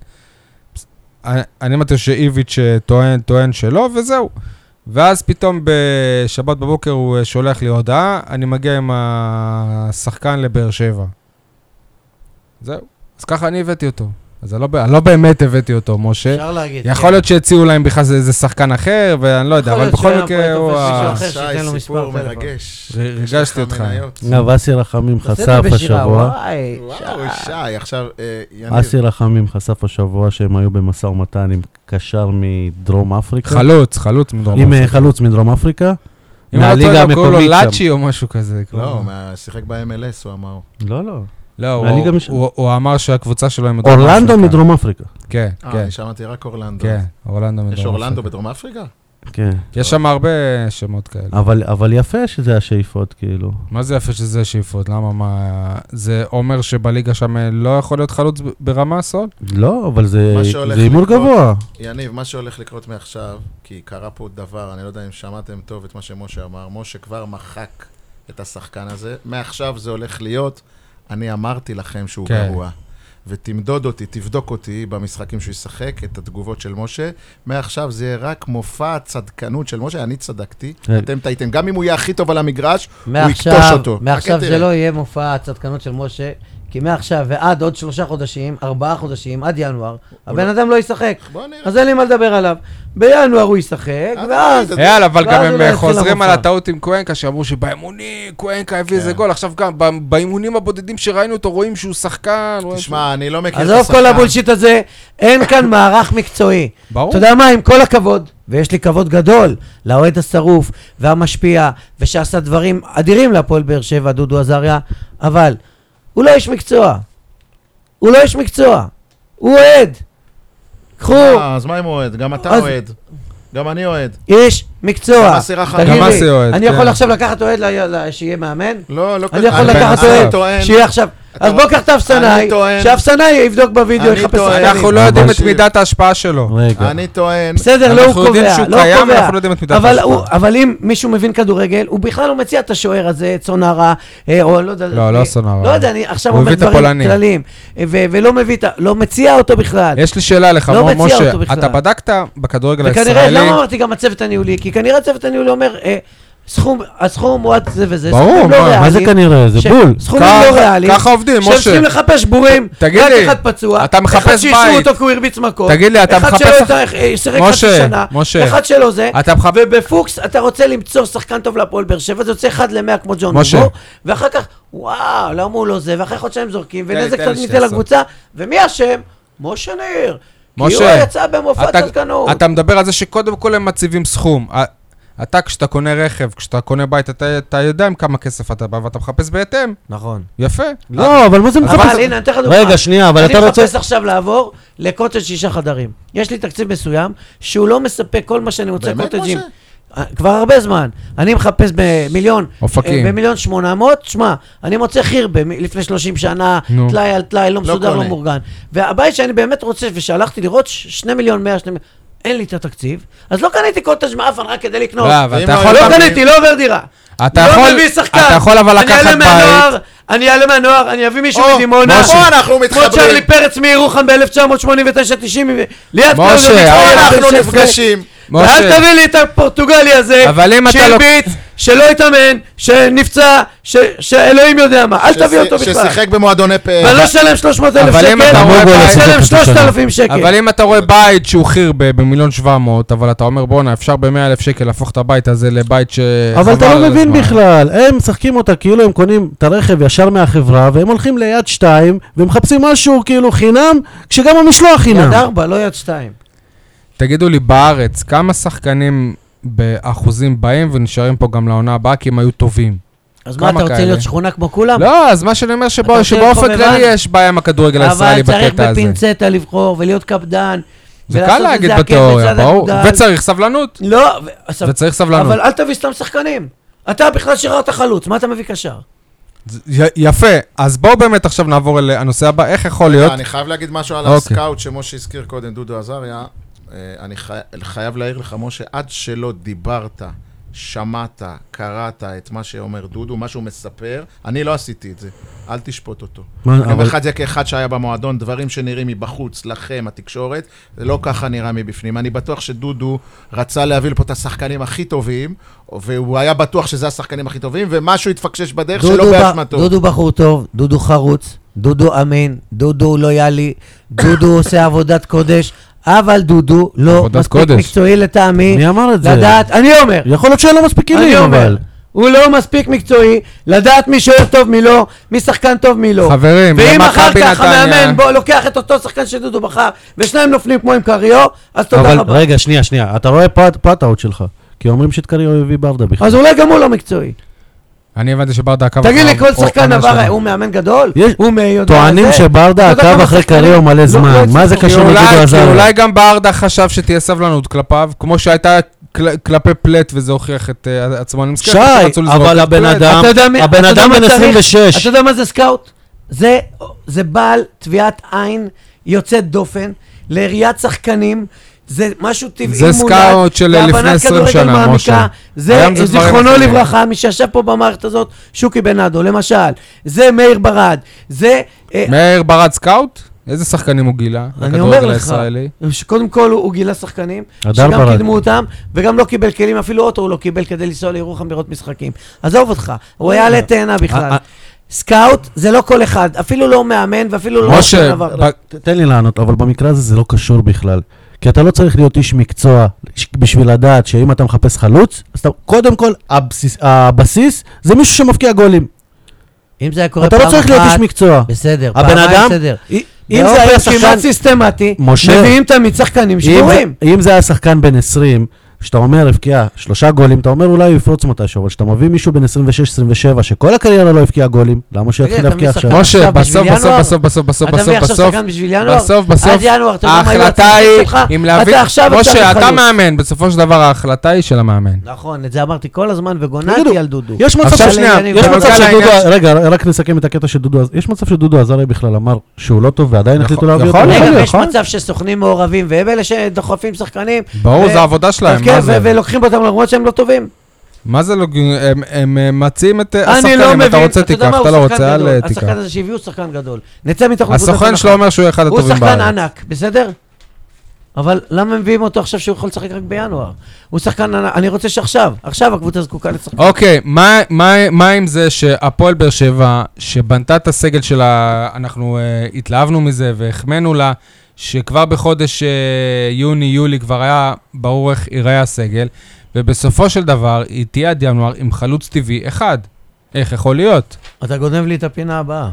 אני, אני אמרתי שאיביץ' טוען, טוען שלא, וזהו. ואז פתאום בשבת בבוקר הוא שולח לי הודעה, אני מגיע עם השחקן לבאר שבע. זהו. אז ככה אני הבאתי אותו. אז אני לא, אני לא באמת הבאתי אותו, משה. אפשר להגיד. יכול להיות שהציעו להם בכלל איזה שחקן אחר, ואני לא יודע, יכול אבל להיות בכל שהיה מקרה פה הוא... תופס ה- מישהו אחר. שי, שייתן לו סיפור מספר טלפון. מרגש. ר- יש הרגשתי לך אותך. מניות. אגב, אסי רחמים חשף השבוע, וואי, וואו, שי. שי, עכשיו, אה, יניב. אסי רחמים חשף השבוע שהם היו במשא ומתן עם קשר מדרום אפריקה. חלוץ, חלוץ מדרום עם אה, אפריקה. חלוץ מדרום אפריקה. אם לא מהליגה טועה, קוראים לו המקומית שם. לאצ'י או משהו כזה. לא, קוראים לו. מה- שיחק ב-אם אל אס, הוא אמר. לא, לא. לא, הוא- מהליגה מש- הוא- הוא אמר שהקבוצה שלו היא מדרום אורלנדו אפריקה. מדרום אפריקה. כן, אה, כן, אני שמעתי רק אורלנדו. כן, אורלנדו מדרום אפריקה. יש אורלנדו בדרום אפריקה? כן. יש שם הרבה שמות כאלה. אבל, אבל יפה שזה השאיפות, כאילו. מה זה יפה שזה שאיפות? למה, מה... זה אומר שבליגה שם לא יכול להיות חלוץ ב- ברמה סול? לא, אבל זה מה שהולך זה הימור לקרות- גבוה. יניב, מה שהולך לקרות מעכשיו, כי קרה פה דבר, אני לא יודע אם שמעתם טוב את מה שמשה אמר, משה כבר מחק את השחקן הזה, מעכשיו זה הולך להיות, אני אמרתי לכם שהוא כן. גרוע. ותמדוד אותי, תבדוק אותי במשחקים שהוא ישחק, את התגובות של משה. מעכשיו זה יהיה רק מופע הצדקנות של משה, אני צדקתי, כן. אתם טעיתם. גם אם הוא יהיה הכי טוב על המגרש, הוא מעכשיו, יקטוש אותו. מעכשיו רק זה תראה. לא יהיה מופע הצדקנות של משה, כי מעכשיו ועד עוד שלושה חודשים, ארבעה חודשים, עד ינואר, הבן אדם לא ישחק. בוא נראה. אז אין לי מה לדבר עליו. בינואר הוא ישחק, אז ואז... זה- אייל, אבל ואז גם הוא הם לא אה, יתחיל חוזרים על המופע. הטעות עם קוונקה, שאמרו שבאימונים קוונקה הביא איזה כן. גול. עכשיו גם ב- באימונים הבודדים שראינו אותו, רואים שהוא שחקן. רואים תשמע, אני לא מכיר את עזוב השחקן. כל הבולשיט הזה, אין כאן מערך מקצועי. שהוא- ברור. אתה יודע מה, עם כל הכבוד, ויש לי כבוד גדול לאוהד השרוף והמשפיע, ושעשה דברים אדירים להפועל באר שבע, דודו עזריה, אבל הוא לא איש מקצוע. הוא לא איש מקצוע. הוא אוהד. קחו, אה, אז מה אם הוא אוהד? גם אתה אז- אוהד. גם אני אוהד. איש מקצוע. גם אסי רחמים. תגיד גם לי, אסי אוהד, אני כן. יכול עכשיו לקחת אוהד ל- ל- שיהיה מאמן? לא, לא... אני יכול אני- לקחת אני אוהד טוען- שיהיה עכשיו... אתה אז רואה- בוא קח את אפסנאי, אני טוען- שאפסנאי יבדוק בווידאו, אני יחפש טוען- שחקנים. אנחנו לא יודעים את תקשיב. מידת ההשפעה שלו. רגע. אני טוען... בסדר, לא הוא אנחנו יודעים קובע, שהוא לא הוא קיים, קובע. אנחנו לא יודעים את מידת אבל ההשפעה. הוא- אבל אם מישהו מבין כדורגל, הוא בכלל לא מציע את השוער הזה, צונרה, אה, או לא יודע... לא, לא סונרה. לא יודע, אני עכשיו הוא אומר הביא את דברים הפולני. כלליים, אה, ו- ולא מביא את ה... לא מציע אותו בכלל. יש לי שאלה לך, לא מו- מציע משה, אותו בכלל. אתה בדקת בכדורגל וכנראה, הישראלי? למה אמרתי גם הצוות הניהולי? כי כנראה הצוות הניהולי אומר, אה, סכום, הסכום הוא עד זה וזה, ברור, סכומים לא מה- ריאליים. מה זה כנראה? זה ש- בול. סכומים ככה- לא ריאליים. ככה עובדים, שהם משה. צריכים לחפש בורים, תגיד רק לי, אחד פצוע, אתה מחפש אחד שאישרו בית. אותו כי הוא הרביץ מכות, תגיד לי, אתה אחד מחפש- שלא יותר- אה, שיחק חצי משה, שנה, משה. אחד שלא זה, אתה מחפ- ובפוקס אתה רוצה למצוא שחקן טוב להפועל באר שבע, זה יוצא אחד למאה כמו ג'ון משה. דובור, ואחר כך, וואו, למה הוא לא זה, ואחרי חודשיים זורקים, תן לי, ונזק תן לי תדמיתי שנייה לקבוצה, ומי אשם? משה ניר. כי הוא משה, יצא במופע אתה- צדקנות. אתה מדבר על זה שקודם כל הם מציבים סכום. ה- אתה, כשאתה קונה רכב, כשאתה קונה בית, אתה, אתה יודע עם כמה כסף אתה בא, ואתה מחפש בהתאם. נכון. יפה. לא, אבל מה זה מחפש? אבל הנה, אני אתן לך דוגמה. רגע, שנייה, אבל אתה רוצה... אני מחפש עכשיו לעבור לקוטג' שישה חדרים. יש לי תקציב מסוים, שהוא לא מספק כל מה שאני רוצה קוטג'ים. כבר הרבה זמן. אני מחפש במיליון, אופקים. במיליון שמונה מאות, שמע, אני מוצא חיר לפני שלושים שנה, תלאי על תלאי, לא מסודר, לא מורגן. והבית שאני באמת רוצה, ושהלכתי לראות שני מיליון מאה, אין לי את התקציב, אז לא קניתי קוטג' מאפן רק כדי לקנות. לא קניתי, לא עובר דירה. אתה יכול, אתה יכול אבל לקחת בית. אני אעלה מהנוער, אני אביא מישהו מדימונה. משה, אנחנו מתחברים. כמו צ'רלי פרץ מירוחם ב-אלף תשע מאות שמונים ותשע תשעים. ליד משה, אנחנו נפגשים. ואל תביא לי את הפורטוגלי הזה, שהרביץ, שלא יתאמן, שנפצע, שאלוהים יודע מה. אל תביא אותו בכלל. ששיחק במועדוני פאר. ואני לא שלם שלוש מאות אלף שקל, אני שלם שלושת אלפים שקל. אבל אם אתה רואה בית שהוא חיר במיליון שבע מאות, אבל אתה אומר בונה, אפשר ב-מאה אלף שקל להפוך את הבית הזה לבית ש... אבל אתה לא מבין בכלל, הם משחקים אותה כאילו הם קונים את הרכב ישר מהחברה, והם הולכים ליד שתיים, ומחפשים משהו כאילו חינם, כשגם המשלוח חינם. יד ארבע, לא יד שתיים. תגידו לי, בארץ, כמה שחקנים באחוזים באים ונשארים פה גם לעונה הבאה, כי הם היו טובים? אז מה, אתה רוצה להיות שכונה כמו כולם? לא, אז מה שאני אומר שבאופן כללי יש בעיה עם הכדורגל הישראלי בקטע הזה. אבל צריך בפינצטה לבחור ולהיות קפדן. זה קל להגיד בתיאוריה, ברור. וצריך סבלנות. לא, וצריך סבלנות. אבל אל תביא סתם שחקנים. אתה בכלל שיררת חלוץ, מה אתה מביא קשר? יפה, אז בואו באמת עכשיו נעבור אל הנושא הבא, איך יכול להיות? אני חייב להגיד משהו על הסקאוט שמשה הזכיר קודם, דודו עזריה. אני חייב להעיר לך, משה, עד שלא דיברת, שמעת, קראת את מה שאומר דודו, מה שהוא מספר, אני לא עשיתי את זה, אל תשפוט אותו. אני אומר לך את זה כאחד שהיה במועדון, דברים שנראים מבחוץ, לכם, התקשורת, זה לא ככה נראה מבפנים. אני בטוח שדודו רצה להביא לפה את השחקנים הכי טובים, והוא היה בטוח שזה השחקנים הכי טובים, ומשהו התפקשש בדרך שלא באשמתו. דודו בחור טוב, דודו חרוץ, דודו אמין, דודו לויאלי, דודו עושה עבודת קודש, אבל דודו לא מספיק מקצועי לטעמי. מי אמר את זה? לדעת, אני אומר. יכול להיות שאין לו מספיק כלים, אבל. הוא לא מספיק מקצועי, לדעת מי שוער טוב מי לא, מי שחקן טוב מי לא. חברים, ואם אחר כך המאמן בוא לוקח את אותו שחקן שדודו בחר, ושניים נופלים כמו עם קריו, אז תודה רבה. אבל רגע, שנייה, שנייה, אתה רואה פאט-אאוט שלך, כי אומרים שאת קריו הביא ברדה בכלל. אז אולי גם הוא לא מקצועי. אני הבנתי שברדה עקב... תגיד לי, כל שחקן עבר, הוא מאמן גדול? הוא מיודע... טוענים שברדה עקב אחרי קריו מלא זמן. מה זה קשור לדודו עזריה? אולי גם ברדה חשב שתהיה סבלנות כלפיו, כמו שהייתה כלפי פלט וזה הוכיח את עצמו. שי, אבל הבן אדם, הבן אדם בן עשרים ושש. אתה יודע מה זה סקאוט? זה בעל תביעת עין יוצאת דופן לעיריית שחקנים, זה משהו טבעי מולד. זה סקאוט של לפני עשרים שנה, משה. זה זיכרונו לברכה, מי שישב פה במערכת הזאת, שוקי בנאדו, למשל. זה מאיר ברד. זה... מאיר ברד סקאוט? איזה שחקנים הוא גילה? אני אומר לך, שקודם כל הוא גילה שחקנים, שגם קידמו אותם, וגם לא קיבל כלים, אפילו אוטו הוא לא קיבל כדי לנסוע לירוחם לראות משחקים. עזוב אותך, הוא היה לתאנה בכלל. סקאוט זה לא כל אחד, אפילו לא מאמן ואפילו לא... משה, תן לי לענות, אבל במקרה הזה זה לא קשור בכלל. כי אתה לא צריך להיות איש מקצוע בשביל לדעת שאם אתה מחפש חלוץ, אז קודם כל הבסיס, הבסיס זה מישהו שמפקיע גולים. אם זה היה קורה פעם אחת... אתה לא צריך להיות איש מקצוע. בסדר, הבן אדם... בסדר. אם זה היה שחקן... כמעט סיסטמטי, מביאים תמיד שחקנים שבורים. אם זה היה שחקן בן עשרים... שאתה אומר, הבקיע שלושה גולים, אתה אומר אולי הוא יפרוץ מתישהו, אבל שאתה מביא מישהו בין עשרים ושש עשרים ושבע, שכל הקריירה לא הבקיע גולים, למה שיתחיל להבקיע עכשיו? משה, בסוף, בסוף, בסוף, בסוף, בסוף, בסוף, בסוף, בסוף, בסוף, ההחלטה היא, אם להביא, משה, אתה מאמן, בסופו של דבר ההחלטה היא של המאמן. נכון, את זה אמרתי כל הזמן וגוננתי על דודו. יש מצב שדודו, רגע, רק נסכם את הקטע של דודו, יש מצב שדודו עזריה בכלל אמר שהוא לא טוב ועדיין החליטו להביא אותו. יש מצב שסוכנים מעורבים והם אלה שדוחפים שחקנים. ברור, זה העבודה שלהם. ולוקחים אותם למרות שהם לא טובים. מה זה לא... הם מציעים את השחקנים, אתה רוצה תיקח, אתה לא רוצה, אל תיקח. השחקן הזה שהביאו שחקן גדול. נצא מתוך... הסוכן שלו אומר שהוא אחד הטובים בארץ. הוא שחקן ענק, בסדר? אבל למה מביאים אותו עכשיו שהוא יכול לשחק רק בינואר? הוא שחקן ענק, אני רוצה שעכשיו, עכשיו הקבוצה זקוקה לשחקן. אוקיי, מה עם זה שהפועל באר שבע, שבנתה את הסגל שלה, אנחנו התלהבנו מזה והחמנו לה, שכבר בחודש יוני-יולי כבר היה ברור איך ייראה הסגל, ובסופו של דבר היא תהיה עד ינואר עם חלוץ טבעי אחד. איך יכול להיות? אתה גונב לי את הפינה הבאה.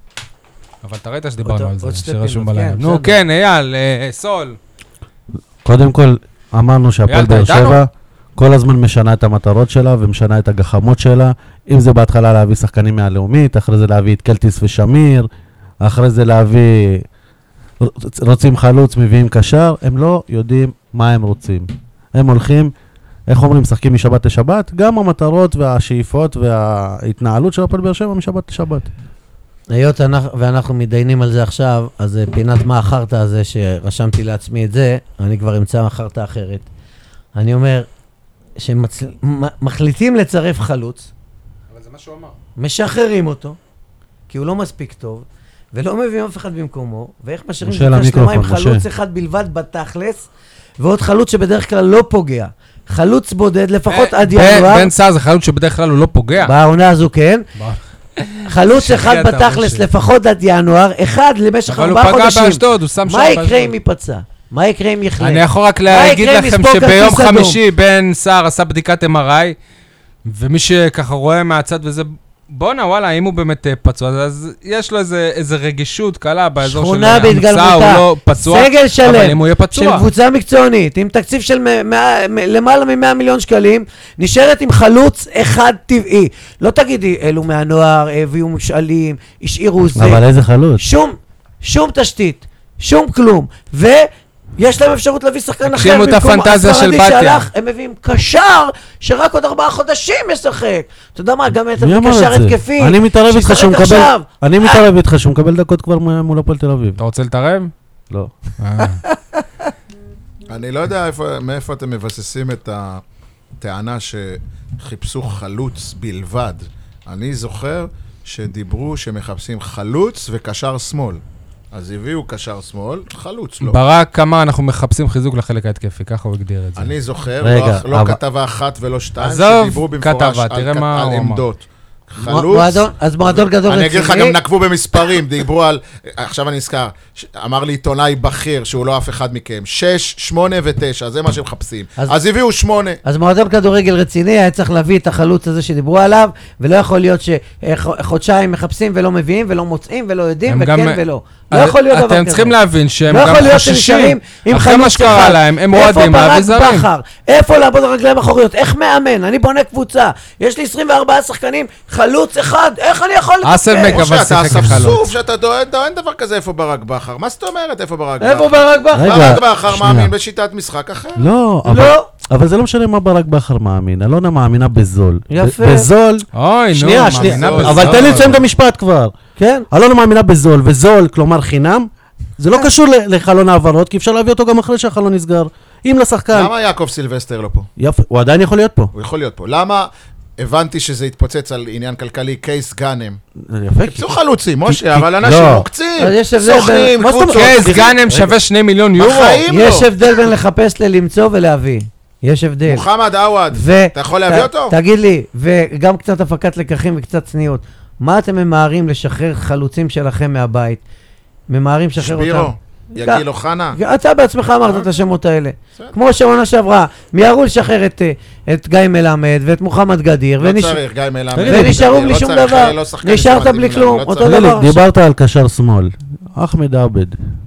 אבל אתה ראית שדיברנו על זה, שרשום בליים. נו כן, אייל, סול. קודם כל, אמרנו שהפועל באר שבע, כל הזמן משנה את המטרות שלה ומשנה את הגחמות שלה. אם זה בהתחלה להביא שחקנים מהלאומית, אחרי זה להביא את קלטיס ושמיר, אחרי זה להביא, רוצים חלוץ, מביאים קשר, הם לא יודעים מה הם רוצים. הם הולכים, איך אומרים, משחקים משבת לשבת, גם המטרות והשאיפות וההתנהלות של הפועל באר שבע משבת לשבת. היות ואנחנו מתדיינים על זה עכשיו, אז פינת מה אחרת הזה שרשמתי לעצמי את זה, אני כבר אמצא אחרת אחרת. אני אומר, שמחליטים לצרף חלוץ, אבל זה מה שהוא אמר. משחררים אותו, כי הוא לא מספיק טוב, ולא מביאים אף אחד במקומו, ואיך משאירים משה למיקרופון, עם חלוץ משה. אחד בלבד בתכלס, ועוד חלוץ שבדרך כלל לא פוגע. חלוץ בודד, לפחות עד ינואר. בן סער זה חלוץ שבדרך כלל הוא לא פוגע. בעונה הזו כן. חלוץ אחד בתכלס, לפחות עד ינואר, אחד למשך ארבעה חודשים. אבל הוא פגע באשדוד, הוא שם שם מה באשדוד. יקרה אם ייפצע? מה יקרה אם יחלה? אני יכול רק להגיד לכם שביום חמישי בן סער עשה בדיקת אם אר איי, ומי שככה רואה מהצד וזה, בונה, וואלה, אם הוא באמת פצוע, אז יש לו איזה רגישות קלה באזור של המצא, הוא לא פצוע, סגל שלם, אבל אם הוא יהיה פצוע. של קבוצה מקצוענית, עם תקציב של למעלה מ-מאה מיליון שקלים, נשארת עם חלוץ אחד טבעי. לא תגידי, אלו מהנוער, הביאו משאלים, השאירו זה. אבל איזה חלוץ? שום, שום תשתית, שום כלום. ו... יש להם אפשרות להביא שחקן אחר, הגשימו את הפנטזיה של בתיה. הם מביאים קשר שרק עוד ארבעה חודשים ישחק. אתה יודע מה, גם אתה מקשר התקפי. אני מתערב איתך שהוא מקבל, אני מתערב איתך שהוא מקבל דקות כבר מול הפועל תל אביב. אתה רוצה לתערב? לא. אני לא יודע מאיפה אתם מבססים את הטענה שחיפשו חלוץ בלבד. אני זוכר שדיברו שמחפשים חלוץ וקשר שמאל. אז הביאו קשר שמאל, חלוץ לא. ברק כמה אנחנו מחפשים חיזוק לחלק ההתקפי, ככה הוא הגדיר את זה. אני זוכר, רגע, לא, לא אבל... כתבה אחת ולא שתיים, שדיברו במפורש על, על, על עמדות. חלוץ. מועדון, אז מועדון גדול רציני. אני אגיד לך, גם נקבו במספרים, דיברו על, עכשיו אני נזכר, אמר לי עיתונאי בכיר, שהוא לא אף אחד מכם, שש, שמונה ותשע, זה מה שמחפשים. אז, אז הביאו שמונה. אז מועדון כדורגל רציני, היה צריך להביא את החלוץ הזה שדיברו עליו, ולא יכול להיות שחודשיים מחפשים ולא מביאים, ולא מוצאים ולא יודעים, וכן ולא. לא יכול להיות דבר כזה. אתם צריכים להבין שהם גם חוששים, אחרי מה שקרה להם, הם רועדים להביא זרים. איפה ברק בחר? איפה לעבוד רגליים אחוריות? איך מאמן? אני בונה קבוצה. יש לי עשרים וארבעה שחקנים, חלוץ אחד, איך אני יכול לטפל? אסלמק אבל שיחק כחלוץ. אתה ספסוף שאתה דואן, אין דבר כזה איפה ברק בחר. מה זאת אומרת איפה ברק בחר? איפה ברק בחר? ברק בחר מאמין בשיטת משחק אחר. לא, אבל זה לא משנה מה ברק בחר מאמין. אלונה מאמינה בזול. יפה. בזול. אוי, נו, מאמינה בזול. אבל תן לי לציין את המשפט כבר. כן. אלונה מאמינה בזול, וזול, כלומר חינם. זה לא קשור לחלון העברות, כי אפשר להביא אותו גם אחרי שהחלון נסגר. אם לשחקן... למה יעקב סילבסטר לא פה? יפה, הוא עדיין יכול להיות פה. הוא יכול להיות פה. למה? הבנתי שזה התפוצץ על עניין כלכלי, קייס גאנם. יפה. חיפשו חלוצים, משה, אבל אנשים מוקצים, סוכנים, קבוצות. קייס גאנם שווה שני מיליון יורו. יש הבדל בין לחפש ללמצוא ולהביא. יש הבדל. מוחמד עווד, אתה יכול להביא אותו? תגיד לי, וגם קצת הפקת לקחים וקצת צניעות. מה אתם ממהרים לשחרר חלוצים שלכם מהבית? ממהרים לשחרר אותם. שבירו, יגיל אוחנה. אתה בעצמך אמרת את השמות האלה. כמו שעונה שעברה, מיהרו לשחרר את גיא מלמד ואת מוחמד גדיר. לא צריך גיא מלמד. ונשארו בלי שום דבר. נשארת בלי כלום. אותו דבר. דיברת על קשר שמאל. אחמד עבד.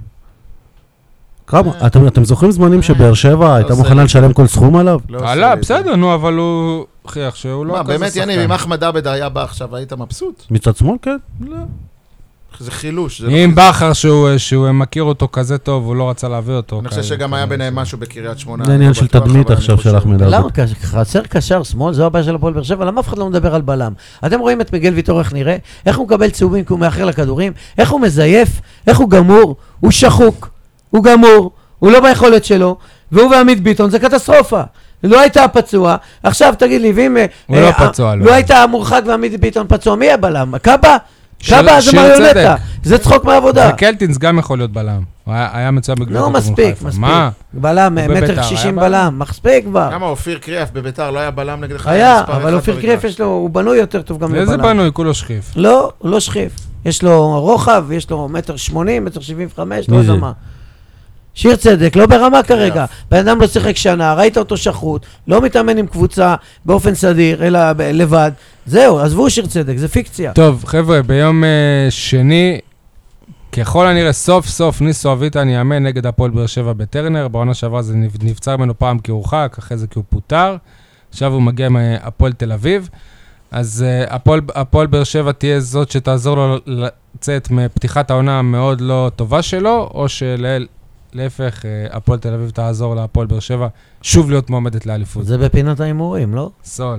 כמה? אתם זוכרים זמנים שבאר שבע הייתה מוכנה לשלם כל סכום עליו? עלה, בסדר, נו, אבל הוא הוכיח שהוא לא כזה שחקן. באמת, יניב, אם אחמד עבד היה בא עכשיו, היית מבסוט? מצד שמאל, כן. לא. זה חילוש. אם בכר שהוא מכיר אותו כזה טוב, הוא לא רצה להביא אותו. אני חושב שגם היה ביניהם משהו בקריית שמונה. זה עניין של תדמית עכשיו של אחמד עבד. למה? חסר קשר שמאל, זו הבעיה של הפועל באר שבע, למה אף אחד לא מדבר על בלם? אתם רואים את מיגל ויטור איך נראה? איך הוא מקבל צהובים כי הוא מאחר לכדורים? איך הוא מזייף? איך הוא גמור? הוא שחוק. הוא גמור. הוא לא ביכולת שלו. והוא ועמית ביטון, זה קטסטרופה. לא הייתה פצוע. עכשיו תגיד לי, ואם הוא לא פצוע, לא הייתה מורחק ועמית ביטון פצוע, מי הבלם? קאבה? קאבה זה מריונטה, זה צחוק מהעבודה. וקלטינס גם יכול להיות בלם. היה מצוין בגלל... לא, מספיק, מספיק. בלם, מטר שישים בלם, מספיק כבר. למה אופיר קריאף בביתר לא היה בלם נגד חיים? היה, אבל אופיר קריאף יש לו, הוא בנוי יותר טוב גם לבלם. איזה בנוי? כולו שכיף. לא, הוא לא שכיף. יש לו רוחב, יש לו מטר שמונים, מטר שבעים וחמש, לא יודע מה. שיר צדק, לא ברמה כרגע. בן אדם לא שיחק שנה, ראית אותו שחוט, לא מתאמן עם קבוצה באופן סדיר, אלא לבד. זהו, עזבו שיר צדק, זה פיקציה. טוב, חבר'ה, ביום שני ככל הנראה, סוף סוף ניסו אביטן יאמן נגד הפועל באר שבע בטרנר, בעונה שעברה זה נבצר ממנו פעם כי הוא הורחק, אחרי זה כי הוא פוטר, עכשיו הוא מגיע מהפועל תל אביב, אז uh, הפועל, הפועל באר שבע תהיה זאת שתעזור לו לצאת מפתיחת העונה המאוד לא טובה שלו, או שלהפך, uh, הפועל תל אביב תעזור להפועל באר שבע שוב להיות מועמדת לאליפות. זה בפינת האימורים, לא? סול.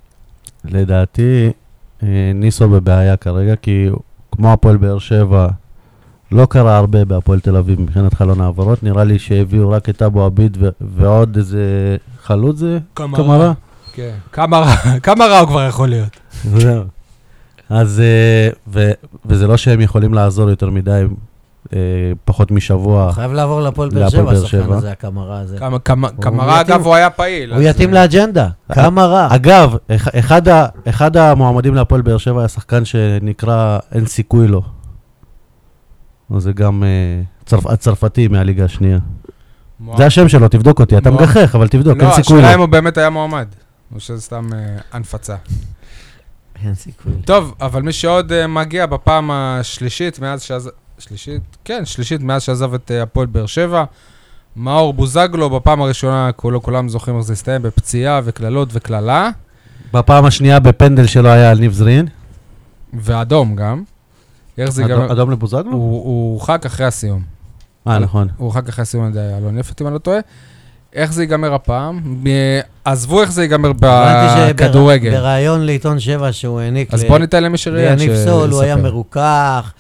לדעתי, ניסו בבעיה כרגע, כי כמו הפועל באר שבע, לא קרה הרבה בהפועל תל אביב מבחינת חלון העברות, נראה לי שהביאו רק את אבו עביד ו- ועוד איזה חלוץ זה? קמרה. כן, קמרה, קמרה הוא כבר יכול להיות. זהו. אז, ו- וזה לא שהם יכולים לעזור יותר מדי, פחות משבוע. חייב לעבור לפועל באר שבע, השחקן הזה, הקמרה הזה. קמרה, אגב, הוא היה פעיל. הוא יתאים לאג'נדה, קמרה. אגב, אחד המועמדים להפועל באר שבע היה שחקן שנקרא אין סיכוי לו. זה גם הצרפתי מהליגה השנייה. זה השם שלו, תבדוק אותי, אתה מגחך, אבל תבדוק, אין סיכוי לו. לא, השאלה אם הוא באמת היה מועמד, או שזה סתם הנפצה. אין סיכוי. טוב, אבל מי שעוד מגיע בפעם השלישית, מאז שעזב, שלישית, כן, שלישית, מאז שעזב את הפועל באר שבע, מאור בוזגלו, בפעם הראשונה, כולם זוכרים איך זה הסתיים, בפציעה וכללות וכללה. בפעם השנייה בפנדל שלו היה על ניב זרין. ואדום גם. אדום לבוזגלו? הוא הורחק אחרי הסיום. אה, נכון. הוא הורחק אחרי הסיום על ידי אלון יפת, אם אני לא טועה. איך זה ייגמר הפעם? עזבו איך זה ייגמר בכדורגל. ברעיון לעיתון שבע שהוא העניק אז בוא ניתן למי שראיין ליניב סול, הוא היה מרוכך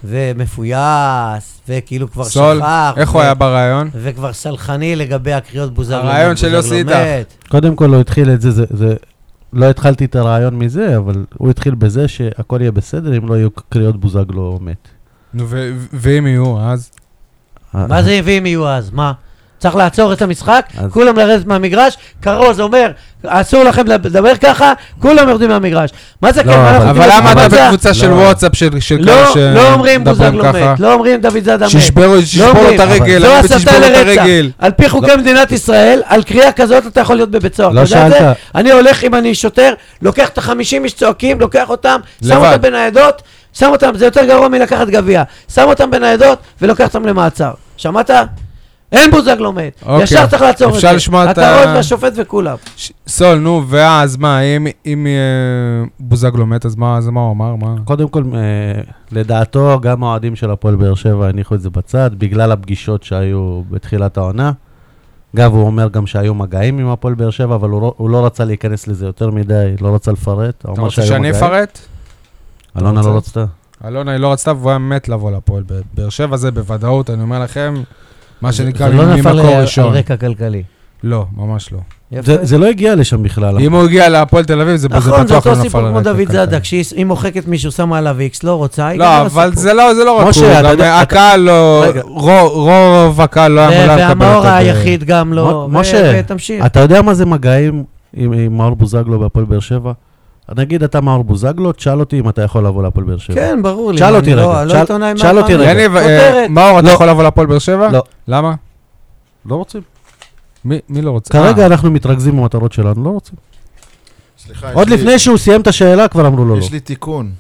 ומפויס, וכאילו כבר סול, שכח. איך הוא היה ברעיון? וכבר סלחני לגבי הקריאות בוזגלו. הרעיון של יוסי איתך. קודם כל הוא התחיל את זה, זה... לא התחלתי את הרעיון מזה, אבל הוא התחיל בזה שהכל יהיה בסדר, אם לא יהיו קריאות בוזגלו מת. נו, ואם יהיו, אז? מה זה ואם יהיו אז? מה? צריך לעצור את המשחק, כולם לרדת מהמגרש, קרוז אומר, אסור לכם לדבר ככה, כולם יורדים מהמגרש. מה זה כן? אבל למה אתה בקבוצה של וואטסאפ של כאלה שמדברים ככה? לא אומרים בוזגלו מת, לא אומרים דוד זאדה מת. שישבור לו את הרגל, זו הסתה לרצח. על פי חוקי מדינת ישראל, על קריאה כזאת אתה יכול להיות בבית סוהר. לא שאלת. אני הולך אם אני שוטר, לוקח את החמישים איש צועקים, לוקח אותם, שם אותם בניידות, שם אותם, זה יותר גרוע מלקחת גביע. שם אותם בניידות ולוקח אותם למעצר. שמעת? אין בוזגלו מת. ישר צריך לעצור את זה. הקרוז והשופט וכולם. סול, נו, ואז מה, אם בוזגלו מת, אז מה הוא אמר? קודם כל, לדעתו, גם האוהדים של הפועל באר שבע הניחו את זה בצד, בגלל הפגישות שהיו בתחילת העונה. אגב, הוא אומר גם שהיו מגעים עם הפועל באר שבע, אבל הוא לא רצה להיכנס לזה יותר מדי, לא רצה לפרט. אתה רוצה שאני אפרט? אלונה לא רצתה. אלונה היא לא רצתה, והוא היה מת לבוא לפועל באר שבע, זה בוודאות, אני אומר לכם, מה שנקרא ממקור ראשון. זה לא נפל על רקע כלכלי. לא, ממש לא. זה לא הגיע לשם בכלל. אם הוא הגיע להפועל תל אביב, זה בטוח לא נפל על רקע כלכלי. נכון, זה אותו סיפור כמו דוד זאדה, כשהיא מוחקת מישהו, שמה עליו איקס, לא רוצה, לא, אבל זה לא רק הוא, גם הקהל לא, רוב הקהל לא היה מולה לקבל את זה. והמאור היחיד גם לא, ותמשיך. אתה יודע מה זה מגעים עם מאור בוזגלו בהפועל באר שבע? נגיד אתה מאור בוזגלו, תשאל אותי אם אתה יכול לבוא להפועל באר שבע. כן, ברור לי. תשאל אותי רגע. תשאל אותי רגע. יניב, מאור, אתה יכול לבוא להפועל באר שבע? לא. למה? לא רוצים. מי לא רוצה? כרגע אנחנו מתרכזים במטרות שלנו, לא רוצים. סליחה, עוד לפני שהוא סיים את השאלה, כבר אמרו לו לא. יש לי תיקון.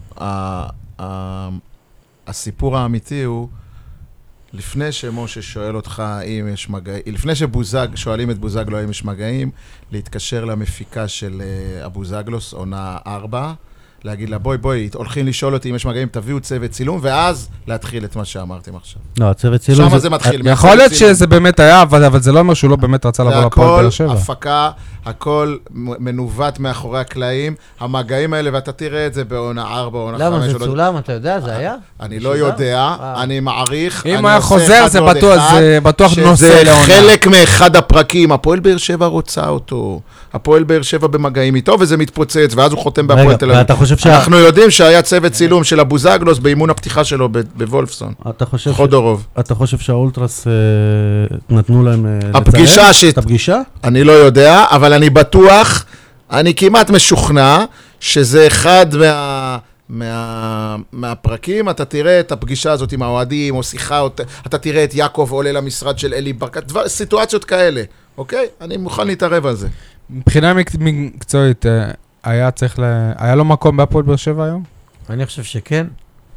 הסיפור האמיתי הוא, לפני שמשה שואל אותך אם יש מגעים, לפני שבוזג, שואלים את בוזגלו אם יש מגעים, להתקשר למפיקה של הבוזגלוס, עונה ארבע, להגיד לה, בואי, בואי, הולכים לשאול אותי אם יש מגעים, תביאו צוות צילום, ואז להתחיל את מה שאמרתם עכשיו. לא, צוות צילום... שם זה מתחיל. יכול להיות שזה באמת היה, אבל זה לא אומר שהוא לא באמת רצה לבוא לפועל באר שבע. זה הכל הפקה, הכל מנווט מאחורי הקלעים, המגעים האלה, ואתה תראה את זה בעונה ארבע, עונה חמש. למה זה צולם, אתה יודע, זה היה? אני לא יודע, אני מעריך. אם היה חוזר, זה בטוח נושא לעונה. שזה חלק מאחד הפרקים, הפועל באר שבע רוצה אותו. הפועל באר שבע במגעים איתו, וזה מתפוצץ, ואז הוא חותם בהפועל תל אביב. אנחנו יודעים שהיה צוות צילום של הבוזגלוס באימון הפתיחה שלו בוולפסון. חודורוב. אתה חושב שהאולטרס נתנו להם הפגישה ש... את הפגישה? אני לא יודע, אבל אני בטוח, אני כמעט משוכנע, שזה אחד מה... מה, מהפרקים, אתה תראה את הפגישה הזאת עם האוהדים, או שיחה, או, אתה תראה את יעקב עולה למשרד של אלי ברקת, דבר, סיטואציות כאלה, אוקיי? אני מוכן להתערב על זה. מבחינה מקצועית, היה צריך ל... היה לו מקום בהפועל באר שבע היום? אני חושב שכן.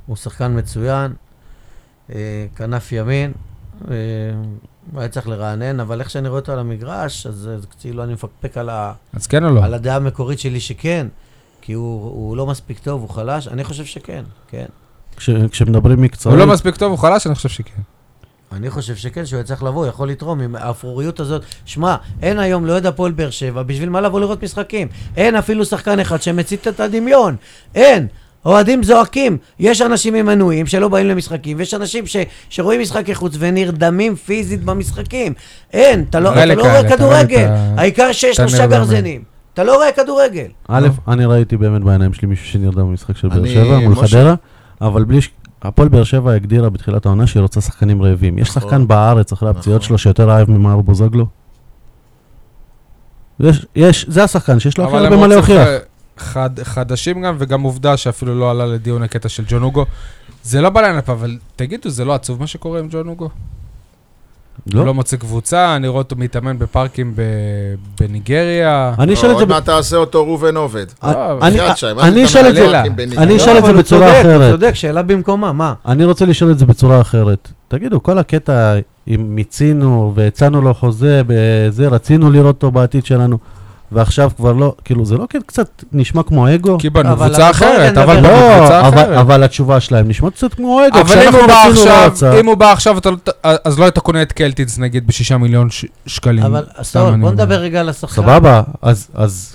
הוא שחקן מצוין, כנף ימין, הוא היה צריך לרענן, אבל איך שאני רואה אותו על המגרש, אז כאילו אני מפקפק על, ה... אז כן או לא? על הדעה המקורית שלי שכן, כי הוא, הוא לא מספיק טוב, הוא חלש, אני חושב שכן, כן. כש, כשמדברים מקצועית... הוא לא מספיק טוב, הוא חלש, אני חושב שכן. אני חושב שכן, שהוא צריך לבוא, יכול לתרום עם האפרוריות הזאת. שמע, אין היום לא יודע פועל באר שבע, בשביל מה לבוא לראות משחקים? אין אפילו שחקן אחד שמצית את הדמיון. אין. אוהדים זועקים. יש אנשים עם מנויים שלא באים למשחקים, ויש אנשים ש, שרואים משחקי חוץ ונרדמים פיזית במשחקים. אין, אתה לא, אתה לא רואה כדורגל. העיקר שיש שלושה גרזנים. אתה לא רואה כדורגל. א', אני ראיתי באמת בעיניים שלי מישהו שנרדם במשחק של באר שבע מול חדרה, אבל בלי... הפועל באר שבע הגדירה בתחילת העונה שהיא רוצה שחקנים רעבים. יש שחקן בארץ אחרי הפציעות שלו שיותר רעב ממאור בוזגלו? יש, יש, זה השחקן שיש לו הכי הרבה מה להוכיח. חד, חדשים גם, וגם עובדה שאפילו לא עלה לדיון הקטע של ג'ון אוגו. זה לא בליינאפ, אבל תגידו, זה לא עצוב מה שקורה עם ג'ון אוגו? לא. הוא לא מוצא קבוצה, אני רואה אותו מתאמן בפארקים בניגריה. אני אשאל את זה... עוד מעט תעשה אותו ראובן עובד. אני אשאל את זה... אני אשאל את זה בצורה אחרת. הוא צודק, שאלה במקומה, מה? אני רוצה לשאול את זה בצורה אחרת. תגידו, כל הקטע, אם מיצינו והצענו לו חוזה, בזה רצינו לראות אותו בעתיד שלנו, ועכשיו כבר לא, כאילו זה לא קצת נשמע כמו אגו? כי בנו קבוצה אחרת, אבל לא, אבל התשובה שלהם נשמע קצת כמו אגו. אבל אם הוא בא עכשיו, אז לא היית קונה את קלטינס נגיד בשישה מיליון שקלים. אבל סול, בוא נדבר רגע על השחקן. סבבה, אז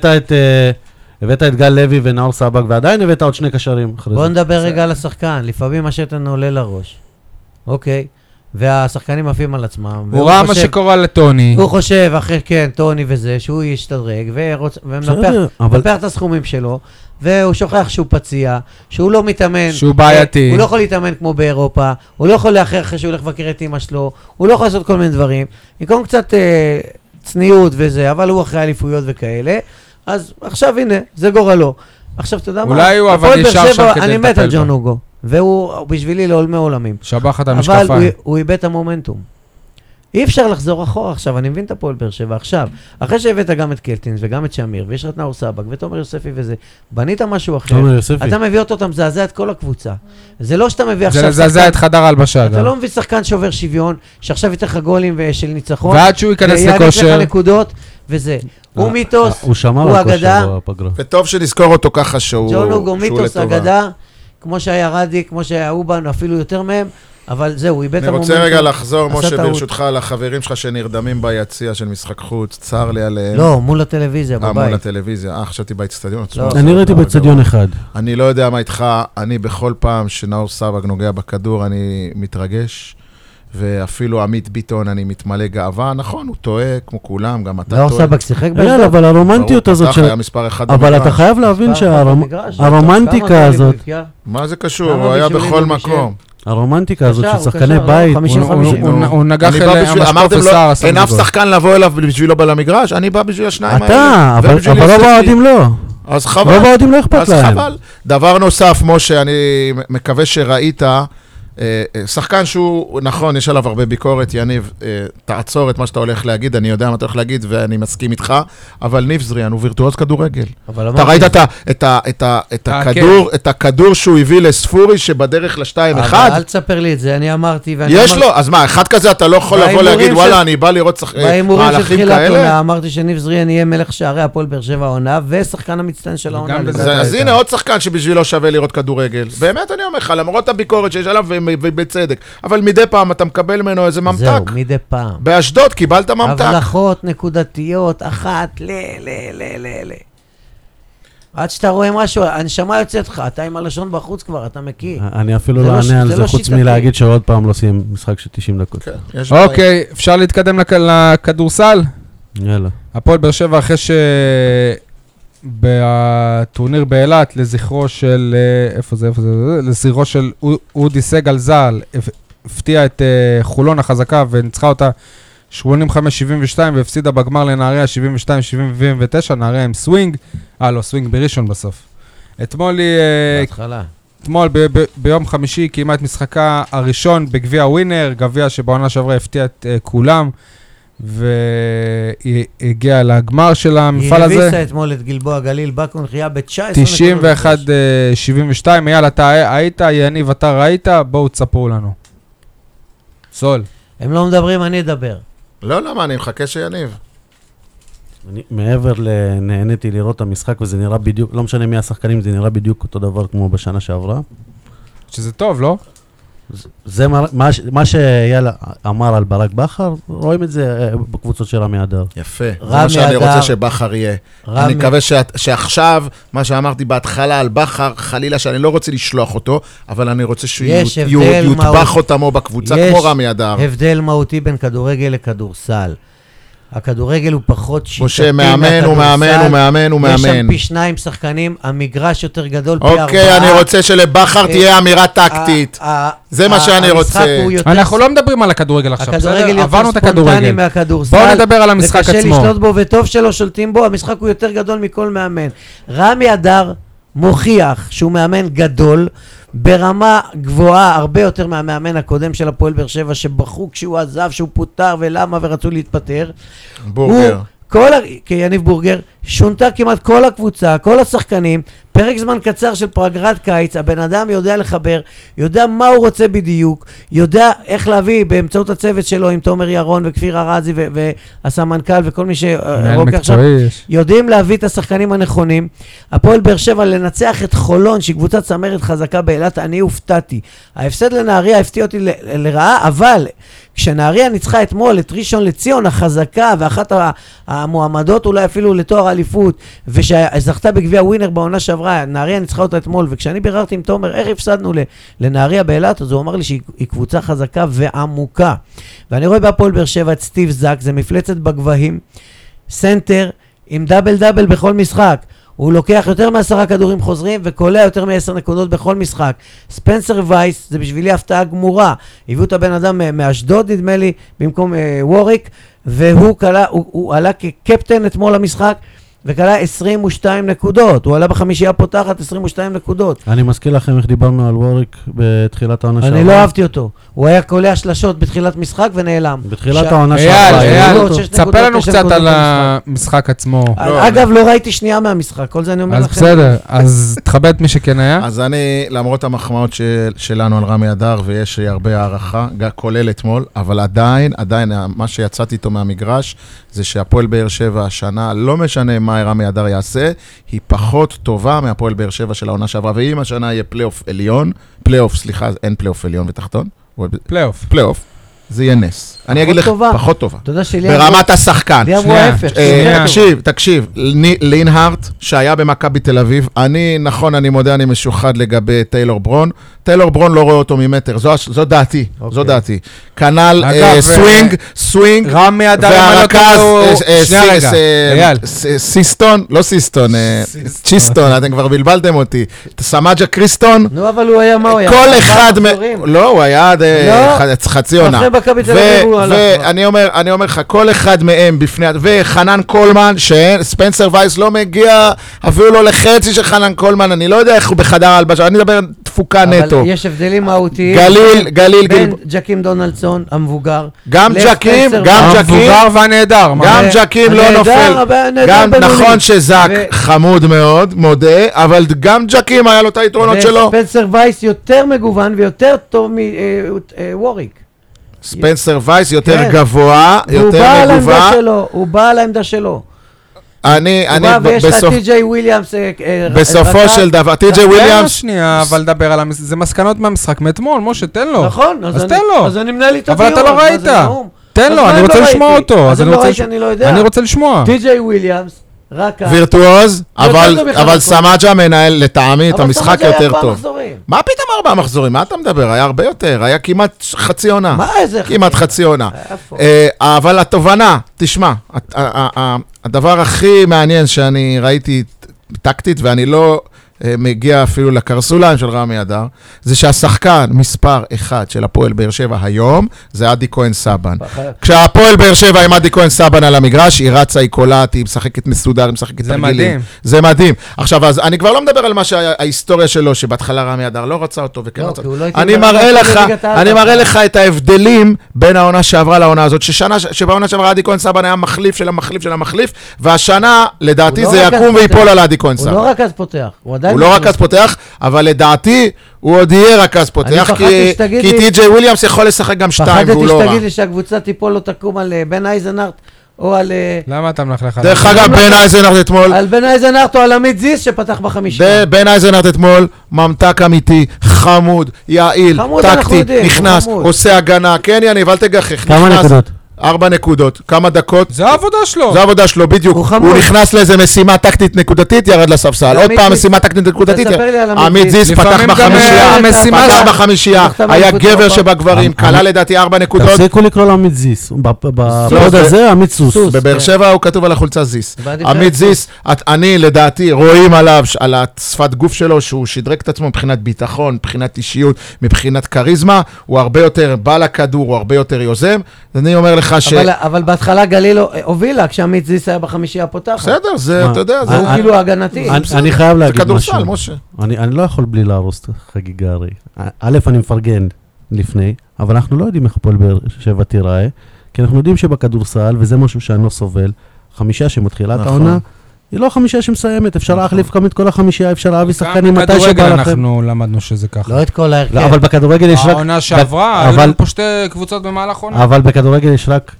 הבאת את גל לוי ונאור סבג, ועדיין הבאת עוד שני קשרים. בוא נדבר רגע על השחקן, לפעמים השטן עולה לראש. אוקיי. והשחקנים עפים על עצמם. הוא ראה מה שקורה לטוני. הוא חושב, אחרי כן, טוני וזה, שהוא ישתדרג, ומנפח את הסכומים שלו, והוא שוכח שהוא פציע, שהוא לא מתאמן. שהוא בעייתי. הוא לא יכול להתאמן כמו באירופה, הוא לא יכול לאחר אחרי שהוא הולך לבקר את אמא שלו, הוא לא יכול לעשות כל מיני דברים. במקום קצת אה, צניעות וזה, אבל הוא אחרי אליפויות וכאלה. אז עכשיו הנה, זה גורלו. עכשיו אתה יודע מה? אולי הוא אבל נשאר שם כדי אני מת על ג'ון אוגו. והוא בשבילי לעולמי עולמים. שבח את המשקפיים. אבל הוא, הוא איבד את המומנטום. אי אפשר לחזור אחורה עכשיו, אני מבין את הפועל באר שבע עכשיו. אחרי שהבאת גם את קלטינס וגם את שמיר, ויש את נאור סבק ותומר יוספי וזה, בנית משהו אחר. תומר יוספי. אתה מביא אותו, אתה מזעזע את כל הקבוצה. זה לא שאתה מביא עכשיו... זה לזעזע את חדר הלבשה. אתה לא מביא שחקן שובר שוויון, שעכשיו ייתן לך גולים של ניצחון. ועד שהוא ייכנס לכושר. ויעניק לך נקודות, וזה. הוא מיתוס, הוא אגדה. וטוב שנזכור אותו ככה שהוא... ג'ון אוגו מיתוס, אגדה. כמו שהיה רדי, כמו שהיה אובן, אפילו יותר מהם, אבל זהו, הוא איבד את המומנטום. אני רוצה רגע לחזור, משה, ברשותך, לחברים שלך שנרדמים ביציע של משחק חוץ, צר לי עליהם. לא, מול הטלוויזיה, בבית. אה, מול הטלוויזיה, אה, חשבתי באצטדיון. אני ראיתי באצטדיון אחד. אני לא יודע מה איתך, אני בכל פעם שנאור סבג נוגע בכדור, אני מתרגש, ואפילו עמית ביטון, אני מתמלא גאווה, נכון, הוא טועה, כמו כולם, גם אתה טועה. נאור סבג שיחק באשדוד. אבל הרומנטיות הזאת של... אבל אתה חייב להבין שהרומנטיקה הזאת... מה זה קשור? הוא היה בכל מקום. הרומנטיקה הזאת של שחקני בית... הוא נגח אל המשקופסר. אין אף שחקן לבוא אליו בשבילו במגרש, אני בא בשביל השניים האלה. אתה, אבל רוב האוהדים לא. אז חבל. רוב האוהדים לא אכפת להם. אז חבל. דבר נוסף, משה, אני מקווה שראית... שחקן שהוא, נכון, יש עליו הרבה ביקורת, יניב, תעצור את מה שאתה הולך להגיד, אני יודע מה אתה הולך להגיד ואני מסכים איתך, אבל ניב זריאן הוא וירטואוז כדורגל. אתה ראית את הכדור שהוא הביא לספורי שבדרך לשתיים אחד? אל תספר לי את זה, אני אמרתי... יש לו, אז מה, אחד כזה אתה לא יכול לבוא להגיד, וואלה, אני בא לראות מהלכים כאלה? אמרתי שניב זריאן יהיה מלך שערי הפועל באר שבע העונה, ושחקן המצטיין של העונה. אז הנה עוד שחקן שבשבילו שווה לראות כדורגל. באמת אני אומר לך, למרות הביקורת שיש עליו ובצדק. אבל מדי פעם אתה מקבל ממנו איזה ממתק. זהו, מדי פעם. באשדוד קיבלת ממתק. הבלחות נקודתיות, אחת, ל, ל, ל, ל, ל. עד שאתה רואה משהו, הנשמה יוצאת לך, אתה עם הלשון בחוץ כבר, אתה מכיר. אני אפילו לא אענה על זה, חוץ מלהגיד שעוד פעם לא עושים משחק של תשעים דקות. אוקיי, אפשר להתקדם לכדורסל? יאללה. הפועל באר שבע אחרי ש... בטורניר באילת לזכרו של, איפה זה, איפה זה, לזכרו של אודי סגל ז"ל, הפתיע את חולון החזקה וניצחה אותה שמונים וחמש שבעים ושתיים והפסידה בגמר לנהריה שבעים ושתיים שבעים ותשע, נהריה עם סווינג, אה לא, סווינג בראשון בסוף. אתמול היא, אתמול ב- ב- ביום חמישי קיימה את משחקה הראשון בגביע ווינר, גביע שבעונה שעברה הפתיע את כולם, והיא הגיעה לגמר של המפעל הזה. היא הביסה אתמול את גלבוע גליל, בקו נחיה ב-תשע עשרה תשעים ואחת שבעים ושתיים, אייל, אתה היית, יניב, אתה ראית, בואו תספרו לנו. סול. הם לא מדברים, אני אדבר. לא, למה? אני מחכה שיניב. אני, מעבר לנהניתי לראות את המשחק, וזה נראה בדיוק, לא משנה מי השחקנים, זה נראה בדיוק אותו דבר כמו בשנה שעברה. שזה טוב, לא? זה מה, מה, מה שאייל אמר על ברק בכר, רואים את זה בקבוצות של רמי אדר. יפה, זה מה שאני רוצה שבכר יהיה. אני מקווה שעכשיו, מה שאמרתי בהתחלה על בכר, חלילה שאני לא רוצה לשלוח אותו, אבל אני רוצה שהוא יוטבח אותמו בקבוצה כמו רמי אדר. יש הבדל מהותי בין כדורגל לכדורסל. הכדורגל הוא פחות שיטתי מהכדורסל. מאמן, הוא מאמן, הוא מאמן, הוא מאמן. יש שם פי שניים שחקנים, המגרש יותר גדול, פי ארבעה. אוקיי, אני רוצה שלבכר תהיה אמירה טקטית. זה מה שאני רוצה. אנחנו לא מדברים על הכדורגל עכשיו, הכדורגל יותר ספונטני מהכדורסל. בואו נדבר על המשחק עצמו. וקשה לשלוט בו, וטוב שלא שולטים בו, המשחק הוא יותר גדול מכל מאמן. רמי אדר מוכיח שהוא מאמן גדול, ברמה גבוהה הרבה יותר מהמאמן הקודם של הפועל באר שבע, שבחרו כשהוא עזב, שהוא פוטר ולמה ורצו להתפטר. בורגר. הוא, כל, כיניב בורגר, שונתה כמעט כל הקבוצה, כל השחקנים, פרק זמן קצר של פגרת קיץ, הבן אדם יודע לחבר, יודע מה הוא רוצה בדיוק, יודע איך להביא באמצעות הצוות שלו עם תומר ירון וכפיר ארזי והסמנכ"ל וכל מי שרוק עכשיו, יודעים להביא את השחקנים הנכונים. הפועל באר שבע לנצח את חולון, שהיא קבוצת צמרת חזקה באילת, אני הופתעתי. ההפסד לנהריה הפתיע אותי ל- לרעה, אבל כשנהריה ניצחה אתמול את ראשון לציון החזקה ואחת המועמדות אולי אפילו לתואר האליפות, ושזכתה בגביע ווינר בעונה שעברה, נהריה ניצחה אותה אתמול, וכשאני ביררתי עם תומר איך הפסדנו לנהריה באילת, אז הוא אמר לי שהיא קבוצה חזקה ועמוקה. ואני רואה בהפועל באר שבע את סטיב זק, זה מפלצת בגבהים, סנטר עם דאבל דאבל בכל משחק. הוא לוקח יותר מעשרה כדורים חוזרים וקולע יותר מעשר נקודות בכל משחק. ספנסר וייס, זה בשבילי הפתעה גמורה. הביאו את הבן אדם מאשדוד, נדמה לי, במקום אה, ווריק, והוא קלה, הוא, הוא עלה כקפטן אתמול למשחק, וקלה עשרים ושתיים נקודות. הוא עלה בחמישייה פותחת עשרים ושתיים נקודות. אני מזכיר לכם איך דיברנו על ווריק בתחילת העונה שעברה. אני לא אהבתי אותו. הוא היה קולע שלשות בתחילת משחק ונעלם. בתחילת העונה שעברה. אייל, תספר לנו קצת על המשחק עצמו. אגב, לא ראיתי שנייה מהמשחק. כל זה אני אומר לכם. אז בסדר, אז תכבד מי שכן היה. אז אני, למרות המחמאות שלנו על רמי אדר, ויש הרבה הערכה, כולל אתמול, אבל עדיין, עדיין, מה שיצאתי איתו מהמגרש, זה שהפועל באר שבע השנה, לא משנה מה רמי אדר יעשה, היא פחות טובה מהפועל באר שבע של העונה שעברה, ואם השנה יהיה פלייאוף עליון, פלייאוף, סליחה, אין פלייאוף עליון ותחתון? פלייאוף. פלייאוף. זה יהיה נס. אני אגיד לך, פחות טובה. ברמת השחקן. תקשיב, תקשיב, לינהארט, שהיה במכבי תל אביב, אני, נכון, אני מודה, אני משוחד לגבי טיילור ברון, טיילור ברון לא רואה אותו ממטר, זו דעתי, זו דעתי. כנל סווינג, סווינג, רמי אדר, והרכז, סיסטון, לא סיסטון, צ'יסטון, אתם כבר בלבלתם אותי, סמאג'ה קריסטון, נו, אבל הוא היה מה הוא היה? כל אחד, לא, הוא היה חצי עונה. ואני אומר, אני אומר לך, כל אחד מהם בפני, וחנן קולמן, שספנסר וייס לא מגיע, אפילו לא לחצי של חנן קולמן, אני לא יודע איך הוא בחדר הלבשה, אני מדבר תפוקה נטו. אבל יש הבדלים מהותיים. גליל, גליל, בין ג'קים דונלדסון, המבוגר. גם ג'קים, גם ג'קים. המבוגר והנהדר. גם ג'קים לא נופל. גם נכון שזק חמוד מאוד, מודה, אבל גם ג'קים היה לו את היתרונות שלו. וספנסר וייס יותר מגוון ויותר טוב מווריק. ספנסר וייס יותר גבוה, יותר מגובה. הוא בא על העמדה שלו. אני, אני, ויש לך טי.ג'יי וויליאמס. בסופו של דבר, טי.ג'יי וויליאמס. שנייה, אבל דבר על המשחק, זה מסקנות מהמשחק מאתמול, משה, תן לו. נכון, אז תן לו. אז אני מנהל איתו אבל אתה לא ראית. תן לו, אני רוצה לשמוע אותו. אז אני לא ראיתי, אני לא יודע. אני רוצה לשמוע. טי.ג'יי וויליאמס. וירטואוז, אבל סמאג'ה מנהל לטעמי את המשחק יותר טוב. מה פתאום ארבעה מחזורים? מה אתה מדבר? היה הרבה יותר, היה כמעט חצי עונה. מה איזה? כמעט חצי עונה. אבל התובנה, תשמע, הדבר הכי מעניין שאני ראיתי טקטית, ואני לא מגיע אפילו לקרסוליים של רמי אדר, זה שהשחקן מספר אחד של הפועל באר שבע היום, זה עדי כהן סבן. כשהפועל באר שבע עם עדי כהן סבן על המגרש, היא רצה, היא קולעת, היא משחקת מסודר, היא משחקת תרגילים. זה מדהים. זה מדהים. עכשיו, אז אני כבר לא מדבר על מה שההיסטוריה שלו, שבהתחלה רמי אדר לא רצה אותו וכן רצה אותו. אני מראה לך, אני מראה לך את ההבדלים בין העונה שעברה לעונה הזאת, שבעונה שעברה עדי כהן סבן היה מחליף של המחליף של המחליף, והשנה, לדעתי, זה יקום ויפול על עדי כהן סבן. הוא לא רק אז פותח. הוא לא רק אז פותח, אבל לדעתי הוא עוד יהיה רק אז פותח, כי טי.ג'יי וויליאמס יכול לשחק גם שתיים, והוא לא רע. פחדתי שתגיד לי שהקבוצה תיפול לא תקום על בן אייזנארט, או על... למה אתה מלכלך? דרך אגב, בן אייזנארט אתמול... על בן אייזנארט או על עמית זיס שפתח בחמישה. בן אייזנארט אתמול, ממתק אמיתי, חמוד, יעיל, טקטי, נכנס, עושה הגנה, כן יניב, אל תגחך. כמה נקודות? ארבע נקודות, כמה דקות. זה העבודה שלו. זה העבודה שלו, בדיוק. הוא נכנס לאיזה משימה טקטית נקודתית, ירד לספסל. עוד פעם משימה טקטית נקודתית. עמית זיס פתח בחמישייה, פתח בחמישייה, היה גבר שבגברים, קלה לדעתי ארבע נקודות. תפסיקו לקרוא לו עמית זיס. בפוד הזה, עמית סוס. בבאר שבע הוא כתוב על החולצה זיס. עמית זיס, אני לדעתי, רואים עליו, על השפת גוף שלו, שהוא שדרג את עצמו מבחינת ביטחון, מבחינת אישיות, מבחינת קריזמה, הוא הרבה יותר בא לכדור, הוא הרבה יותר יוזם. אני אומר לך ש... אבל בהתחלה גליל הובילה, כשעמית זיס היה בחמישייה הפותחת. בסדר, זה, אתה יודע, זה... הוא כאילו הגנתי. אני חייב להגיד משהו. זה כדורסל, משה. אני לא יכול בלי להרוס את החגיגה הרי. א', אני מפרגן לפני, אבל אנחנו לא יודעים איך הפועל באר שבע תיראה, כי אנחנו יודעים שבכדורסל, וזה משהו שאני לא סובל, חמישה שמתחילה את העונה, היא לא חמישה שמסיימת, אפשר להחליף גם את כל החמישייה, אפשר להביא שחקנים מתי שבא לכם. אנחנו למדנו שזה ככה. לא את כל ההרכב. אבל בכדורגל יש רק... העונה שעברה, היו פה שתי קבוצות במהלך עונה. אבל בכדורגל יש רק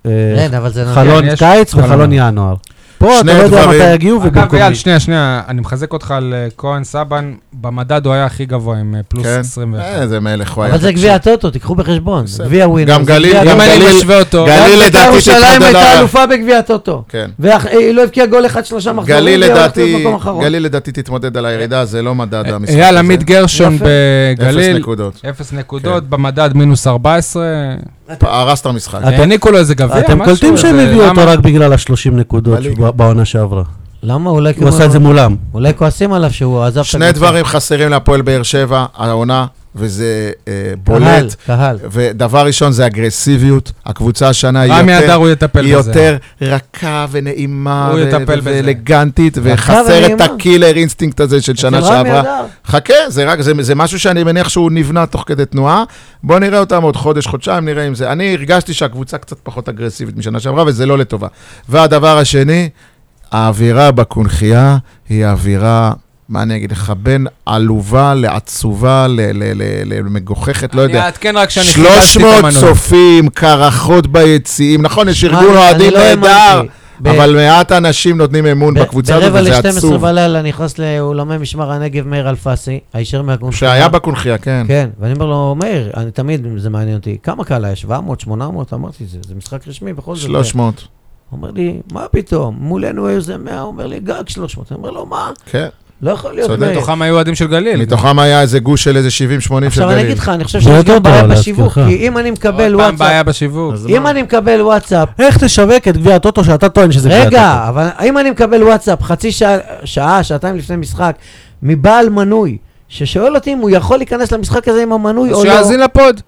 חלון קיץ וחלון ינואר. פה אתה לא יודע מתי יגיעו ובמקומי. אגב, שנייה, שנייה, אני מחזק אותך על כהן סבן, במדד הוא היה הכי גבוה עם פלוס עשרים ואחת. זה מלך. אבל זה גביע הטוטו, תיקחו בחשבון. גביע ווינר. גם גליל, גם אני משווה אותו. גליל לדעתי ירושלים הייתה אלופה בגביע הטוטו. כן. והיא לא הבקיעה גול אחד שלושה מחזורים. גליל לדעתי תתמודד על הירידה, זה לא מדד המשחק. אייל עמית גרשון בגליל. אפס נקודות. אפס נקודות, במדד מינוס ארבע עשרה. הרסת המשחק. העניקו לו איזה גביע, משהו. אתם קולטים שהם הביאו אותו רק בגלל ה-שלושים נקודות בעונה שעברה. למה? אולי הוא עשה את זה מולם. אולי כועסים עליו שהוא עזב... שני דברים חסרים להפועל באר שבע, העונה, וזה בולט. קהל. ודבר ראשון זה אגרסיביות. הקבוצה השנה היא רמי אדר הוא יטפל בזה. יותר רכה ונעימה ואלגנטית, בזה. וחסר את הקילר אינסטינקט הזה של שנה שעברה. חכה, זה משהו שאני מניח שהוא נבנה תוך כדי תנועה. בוא נראה אותם עוד חודש, חודשיים, נראה אם זה. אני הרגשתי שהקבוצה קצת פחות אגרסיבית משנה שעברה, וזה לא לטובה. והדבר השני, האווירה בקונחייה היא האווירה, מה אני אגיד לך, בין עלובה לעצובה, למגוחכת, לא יודע. אני אעדכן רק שאני שלוש מאות צופים, קרחות ביציעים, נכון, יש ארגון אוהדים נהדר, אבל מעט אנשים נותנים אמון בקבוצה הזאת, וזה עצוב. ברבע ל-שתים עשרה בלילה נכנס לאולמי משמר הנגב מאיר אלפסי, הישר מהקונחייה. שהיה בקונחייה, כן. כן, ואני אומר לו, מאיר, אני תמיד, זה מעניין אותי, כמה קהל היה? שבע מאות, שמונה מאות? אמרתי, זה משחק רשמי בכל זאת. שלוש מאות. הוא אומר לי, מה פתאום? מולנו היו זה מאה, הוא אומר לי, גג שלוש מאות. אני אומר לו, מה? כן. לא יכול להיות מאיר. מתוכם היו אוהדים של גליל. מתוכם היה איזה גוש של איזה שבעים שמונים של גליל. עכשיו אני אגיד לך, אני חושב שיש גם בעיה בשיווק, כי אם אני מקבל וואטסאפ... בעיה בשיווק. אם אני מקבל וואטסאפ... איך תשווק את גביע הטוטו שאתה טוען שזה גביע הטוטו? רגע, אבל אם אני מקבל וואטסאפ חצי שעה, שעתיים לפני משחק, מבעל מנוי, ששואל אותי אם הוא יכול להיכנס למשחק הזה עם המנוי או לא... שיאזין לפוד.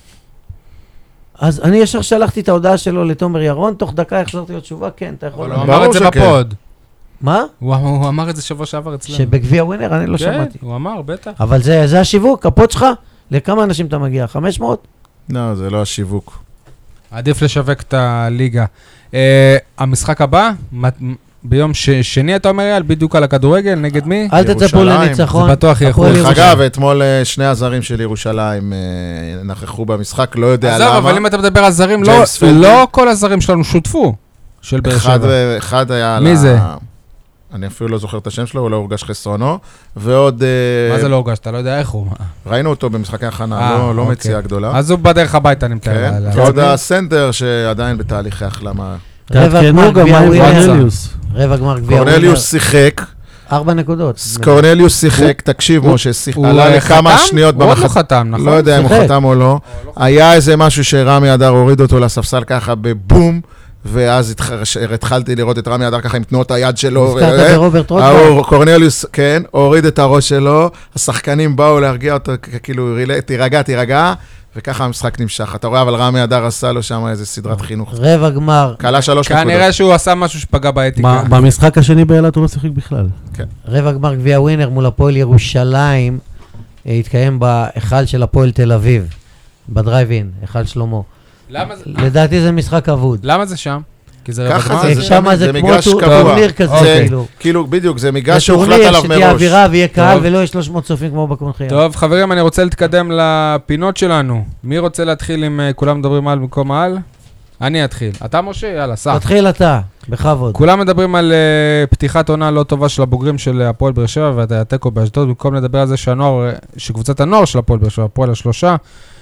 אז אני ישר שלחתי את ההודעה שלו לתומר ירון, תוך דקה החזרתי לו תשובה, כן, אתה יכול... הוא אמר את זה בפוד. מה? הוא אמר את זה שבוע שעבר אצלנו. שבגביע ווינר אני לא שמעתי. כן, הוא אמר, בטח. אבל זה השיווק, הפוד שלך? לכמה אנשים אתה מגיע? חמש מאות? לא, זה לא השיווק. עדיף לשווק את הליגה. המשחק הבא, ביום שני אתה אומר, יאל, בדיוק על הכדורגל, נגד מי? אל תצפו לניצחון. זה בטוח יכול. דרך אגב, אתמול שני הזרים של ירושלים נכחו במשחק, לא יודע למה. אבל אם אתה מדבר על זרים, לא כל הזרים שלנו שותפו. של באר שבע. אחד היה... מי זה? אני אפילו לא זוכר את השם שלו, הוא לא הורגש חסרונו, ועוד... מה זה לא הורגש? אתה לא יודע איך הוא. ראינו אותו במשחקי הכנה, לא מציאה גדולה. אז הוא בדרך הביתה, אני מתאר. ועוד הסנטר שעדיין בתהליכי החלמה. תעדכנו גם מה עם קורנליוס. רבע גמר גביע. קורנליוס שיחק. ארבע נקודות. קורנליוס שיחק, תקשיב משה, עלה לכמה שניות במחת. הוא לא חתם, נכון? לא יודע אם הוא חתם או לא. היה איזה משהו שרמי אדר הוריד אותו לספסל ככה בבום, ואז התחלתי לראות את רמי אדר ככה עם תנועות היד שלו. הזכרת ברוברט רוטברג. קורנליוס, כן, הוריד את הראש שלו, השחקנים באו להרגיע אותו, כאילו, תירגע, תירגע, וככה המשחק נמשך. אתה רואה, אבל רמי אדר עשה לו שם איזה סדרת חינוך. רבע גמר. קלה שלוש נקודות. כנראה שהוא עשה משהו שפגע באתיקה. במשחק השני באילת הוא לא שיחק בכלל. רבע גמר גביע ווינר מול הפועל ירושלים, התקיים בהיכל של הפועל תל אביב, בדרייב-אין, היכל שלמה. למה זה? לדעתי זה משחק אבוד. למה זה שם? כי זה רבע ככה גמר? זה, שם זה כמו מגרש קבוע. טורניר כזה, זה, כאילו. כאילו, בדיוק, זה מגרש שהוחלט טורניר עליו שתהיה מראש. אווירה ויהיה קהל טוב. ולא יש שלוש מאות צופים כמו בקונחייה. טוב, חברים, אני רוצה להתקדם לפינות שלנו. מי רוצה להתחיל עם uh, כולם מדברים על במקום על? אני אתחיל. אתה משה? יאללה, סע. תתחיל אתה, בכבוד. כולם מדברים על uh, פתיחת עונה לא טובה של הבוגרים של הפועל באר שבע והתיקו באשדוד, במקום לדבר על זה שהנוער, שקבוצת הנוער של הפועל באר שבע, הפועל השלושה,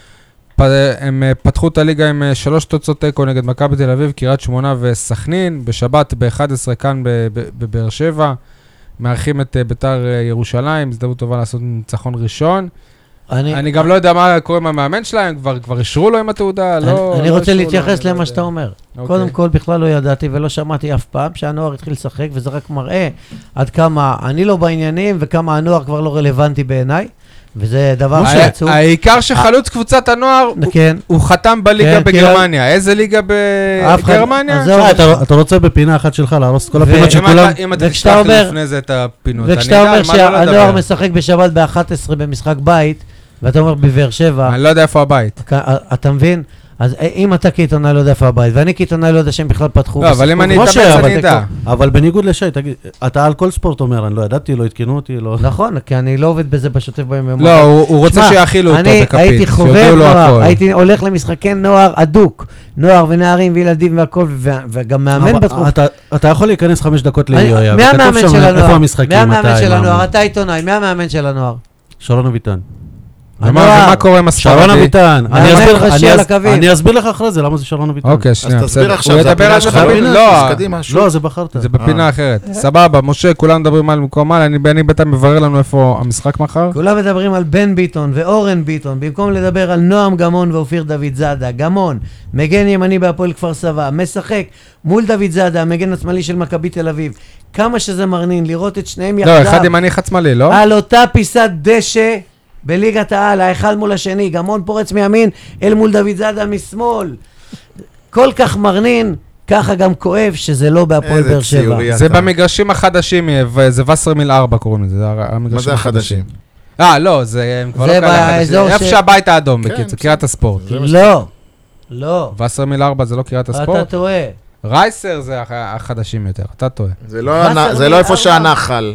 פ, הם uh, פתחו את הליגה עם uh, שלוש תוצאות תיקו נגד מכבי תל אביב, קריית שמונה וסכנין, בשבת ב-אחת עשרה כאן בבאר שבע, מארחים את uh, ביתר uh, ירושלים, הזדמנות טובה לעשות ניצחון ראשון. אני, אני גם לא יודע מה קורה עם המאמן שלהם, כבר, כבר אישרו לו עם התעודה, אני, לא... אני לא רוצה לו, להתייחס לא למה יודע. שאתה אומר. אוקיי. קודם כל, בכלל לא ידעתי ולא שמעתי אף פעם שהנוער התחיל לשחק, וזה רק מראה עד כמה אני לא בעניינים, וכמה הנוער כבר לא רלוונטי בעיניי, וזה דבר שעצוב. העיקר שחלוץ קבוצת הנוער, כן. הוא חתם בליגה כן, בגרמניה. איזה ליגה בגרמניה? אז זהו. אתה אתה רוצה בפינה אחת שלך להרוס את כל ו- הפינות של כולם? אם אתה וכשאתה תשלח לי אומר- לפני זה את הפינות, אני וכשאתה יודע אומר על מה לא שהנוער לדבר. משחק בשבת ב-אחת עשרה במשחק בית, ואתה אומר בבאר שבע, אני לא יודע איפה הבית. כ- אתה מבין? אז אם אתה כעיתונאי לא יודע איפה הבית, ואני כעיתונאי לא יודע שהם בכלל פתחו. לא, אבל אם אני משה, אתאמץ אבל אני אדע. אבל בניגוד לשי, תגיד, אתה על כל ספורט אומר, אני לא ידעתי, לא התקינו אותי, לא... נכון, כי אני לא עובד בזה בשוטף ביום. לא, הוא הוא רוצה שמע, שיאכילו אותו אני בכפית. הייתי חובב שיודיעו לו נוער, הכל. הייתי הולך למשחקי נוער אדוק, נוער ונערים וילדים והכל, ו- וגם מאמן אבל בתחום. אתה- אתה יכול להיכנס חמש דקות אני- ליויה, מי וכתוב המאמן שם של איפה הנוער? המשחקים, מי המאמן מתי, של מה, הנוער? מה. אתה עיתונאי, מי המאמן של הנוער? שרון אביטן. ומה הנוער. ומה קורה עם שרון הספרדי? אביטן. אני מאמן אסביר לך- ראשי אני על אס- הקווים. אני אסביר לך אחרי זה, למה זה שרון אביטן. אוקיי, אז שנייה, תסביר בסדר. עכשיו, הוא זה ידבר הפינה על זה שלך, בפינה. הפינה, לא, אז קדימה, שוב. לא, זה בחרת. זה בפינה אחרת. סבבה, משה, כולם מדברים על במקום על, אני אני בטח מברר לנו איפה המשחק מחר. כולם מדברים על בן ביטון ואורן ביטון, במקום לדבר על נועם גמון ואופיר דוד זאדה. גמון, מגן ימני בהפועל כפר סבא, משחק מול דוד זאדה, המגן השמאלי של מכבי תל אביב. כמה שזה מרנין, לראות את שניהם לא, יחדיו. אחד ימני, אחד שמאלי, לא? על אותה פיסת דשא בליגת העל, האחד מול השני, גמון פורץ מימין, אל מול דוד זאדה משמאל. כל כך מרנין, ככה גם כואב שזה לא בהפועל איזה באר שבע. ציורי זה אתה. במגרשים החדשים, יהיה, זה וסרמיל ארבע קוראים לזה, זה המגרשים מה זה החדשים? אה, לא, זה הם כבר זה לא כאלה באזור חדשים. איפה ש- שהבית האדום, כן, בקיצור, בסדר. קריית הספורט. זה מה ש- לא, לא, וסרמיל ארבע זה לא קריית אתה הספורט? טועה. רייסר זה הח- החדשים יותר, אתה טועה. זה לא וסרמיל הנ- זה לא איפה ארבע. שהנחל.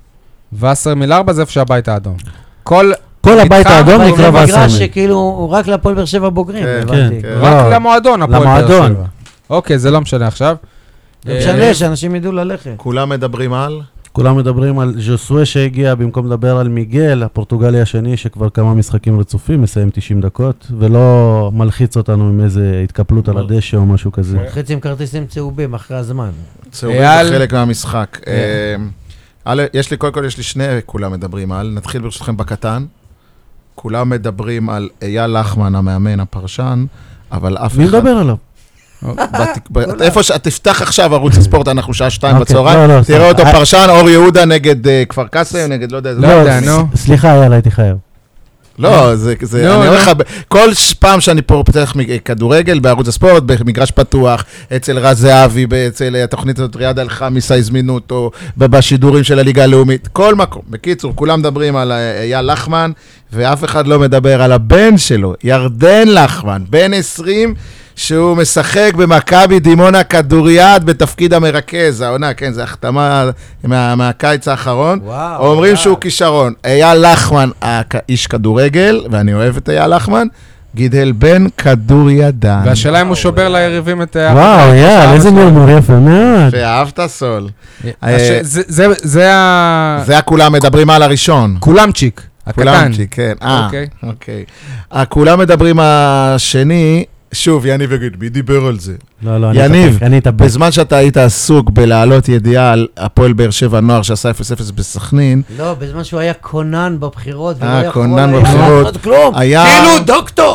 וסרמיל ארבע זה איפה שהבית האדום. כל... כל הבית מתחם האדום אבל נקרא זה מגרש וסרמיל. שכאילו הוא רק להפועל באר שבע בוגרים, כן, הבנתי. כן. רק לא, למועדון, הפועל באר למועדון. שבע. אוקיי, זה לא משנה עכשיו. זה אה, משנה שאנשים ידעו ללכת. כולם מדברים על? כולם מדברים על ז'וסווה שהגיע במקום לדבר על מיגל, הפורטוגלי השני שכבר כמה משחקים רצופים, מסיים תשעים דקות, ולא מלחיץ אותנו עם איזה התקפלות על הדשא או משהו כזה. חצי עם כרטיסים צהובים אחרי הזמן. צהובים אייל. זה חלק מהמשחק. אה, א', יש לי, קודם כל יש לי שני כולם מדברים על, נתחיל ברשותכם בקטן. כולם מדברים על אייל לחמן, המאמן, הפרשן, אבל אף אחד... מי מדבר עליו? בתק- ב- איפה ש... תפתח עכשיו ערוץ הספורט, אנחנו שעה שתיים אוקיי, בצהריים, לא, לא, תראה אותו סליחה. פרשן, אור יהודה נגד אה, כפר קאסם, נגד לא יודע, איזה- לא יודע, ס- נו. סליחה, יאללה, הייתי חייב. לא, זה, זה, נו, אני אומר לך, נו. ב- כל ש- פעם שאני פה פותח מג- כדורגל בערוץ הספורט, במגרש פתוח, אצל רז זהבי, אצל התוכנית הזאת ריאד אל-חמיסה הזמינו אותו, ב- בשידורים של הליגה הלאומית, כל מקום. בקיצור, כולם מדברים על אה, אייל לחמן, ואף אחד לא מדבר על הבן שלו, ירדן לחמן, בן עשרים, שהוא משחק במכבי דימונה כדוריד בתפקיד המרכז, העונה, כן, זו החתמה מה, מהקיץ האחרון. וואו, אומרים וואו. שהוא כישרון. אייל לחמן, הכ- איש כדורגל, ואני אוהב את אייל לחמן, גידל בן כדורידן. והשאלה אם הוא שובר ליריבים את... וואו, יאללה, איזה מרמור יפה מאוד. ואהבת סול. הש- זה- זה- זה ה... זה הכולם מדברים על הראשון. כולמצ'יק, הקטן. כולמצ'יק, כן. אה, אוקיי. אוקיי. הכולם מדברים השני, שוב, יניב יגיד, מי דיבר על זה? לא, לא, אני יניב, אתאפק, אני אתאפק. בזמן שאתה היית עסוק בלהעלות ידיעה על הפועל באר שבע נוער שעשה אפס אפס בסכנין, לא, בזמן שהוא היה קונן בבחירות, ולא אה, יכול קונן היה בבחירות. לעשות כלום. היה- כאילו דוקטור.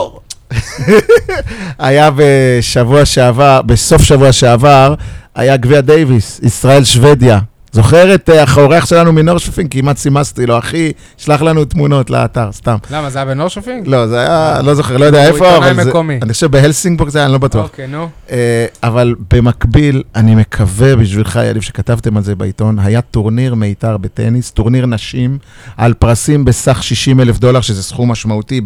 היה בשבוע שעבר, בסוף שבוע שעבר, היה גביע דייביס, ישראל שוודיה. זוכר את האורח שלנו מנורשופינג? כמעט סימסתי לו, אחי, שלח לנו תמונות לאתר, סתם. למה, זה היה בנורשופינג? לא, זה היה, לא זוכר, לא יודע איפה, אבל זה... מקומי. אני חושב בהלסינגבורג זה היה, אני לא בטוח. אוקיי, נו. אבל במקביל, אני מקווה בשבילך, ידיב, שכתבתם על זה בעיתון, היה טורניר מיתר בטניס, טורניר נשים, על פרסים בסך שישים אלף דולר, שזה סכום משמעותי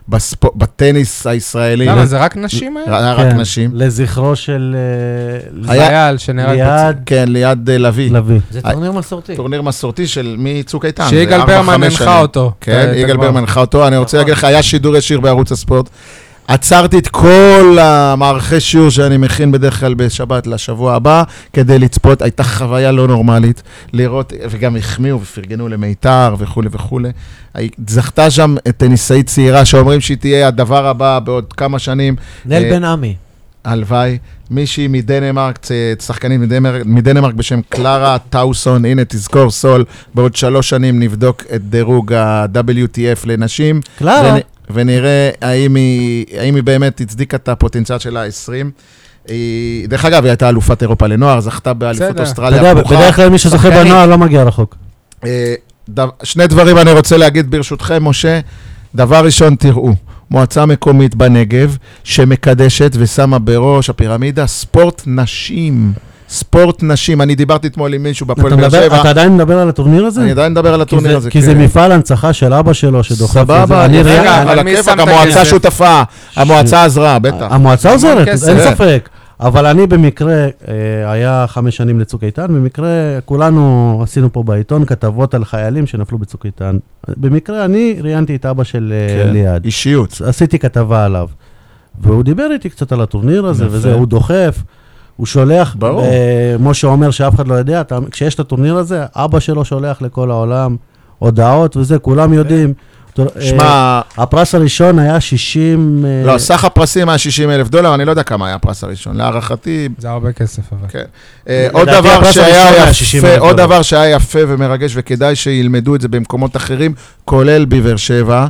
בטניס הישראלי. למה, זה רק נשים היה? היה רק נשים. לזכרו של... חייל שנהרג ליד... כן, ליד לוי. לוי. זה טורניר מסורתי. טורניר מסורתי של מצוק איתן. שיגאל ברמן הנחה אותו. כן, יגאל ברמן הנחה אותו. אני רוצה להגיד לך, היה שידור ישיר בערוץ הספורט. עצרתי את כל המערכי שיעור שאני מכין בדרך כלל בשבת לשבוע הבא, כדי לצפות. הייתה חוויה לא נורמלית, לראות, וגם החמיאו ופרגנו למיתר וכו' וכו'. זכתה שם טניסאית צעירה שאומרים שהיא תהיה הדבר הבא בעוד כמה שנים. נל בן עמי. הלוואי, מישהי מדנמרק, שחקנית מדנמרק, מדנמרק בשם קלרה טאוסון, הנה תזכור סול, בעוד שלוש שנים נבדוק את דירוג ה-דאבליו טי אף לנשים. קלרה. ונ, ונראה האם היא, האם היא באמת הצדיקה את הפוטנציאל שלה ה-עשרים. היא, דרך אגב, היא הייתה אלופת אירופה לנוער, זכתה באליפות אוסטרליה. אתה יודע, בדרך כלל מי שזוכה בנוער לא מגיע רחוק. שני דברים אני רוצה להגיד ברשותכם, משה. דבר ראשון, תראו. מועצה מקומית בנגב, שמקדשת ושמה בראש הפירמידה, ספורט נשים. ספורט נשים. אני דיברתי אתמול עם מישהו בפועל באר שבע. אתה עדיין מדבר על הטורניר הזה? אני עדיין מדבר על הטורניר הזה. כי זה מפעל הנצחה של אבא שלו שדוחף את זה. סבבה, על הכיפק, המועצה שותפה. המועצה עזרה, בטח. המועצה עוזרת, אין ספק. אבל אני במקרה, היה חמש שנים לצוק איתן, במקרה כולנו עשינו פה בעיתון כתבות על חיילים שנפלו בצוק איתן. במקרה אני ראיינתי את אבא של ליעד. אישיות. עשיתי כתבה עליו. והוא דיבר איתי קצת על הטורניר הזה, וזה, הוא דוחף, הוא שולח, משה אומר שאף אחד לא יודע, כשיש את הטורניר הזה, אבא שלו שולח לכל העולם הודעות וזה, כולם יודעים. שמה... הפרס הראשון היה שישים... לא, סך הפרסים היה שישים אלף דולר, אני לא יודע כמה היה הפרס הראשון. להערכתי... זה הרבה כסף, אבל. כן. עוד דבר שהיה יפה, עוד דבר שהיה יפה ומרגש, וכדאי שילמדו את זה במקומות אחרים, כולל בבאר שבע,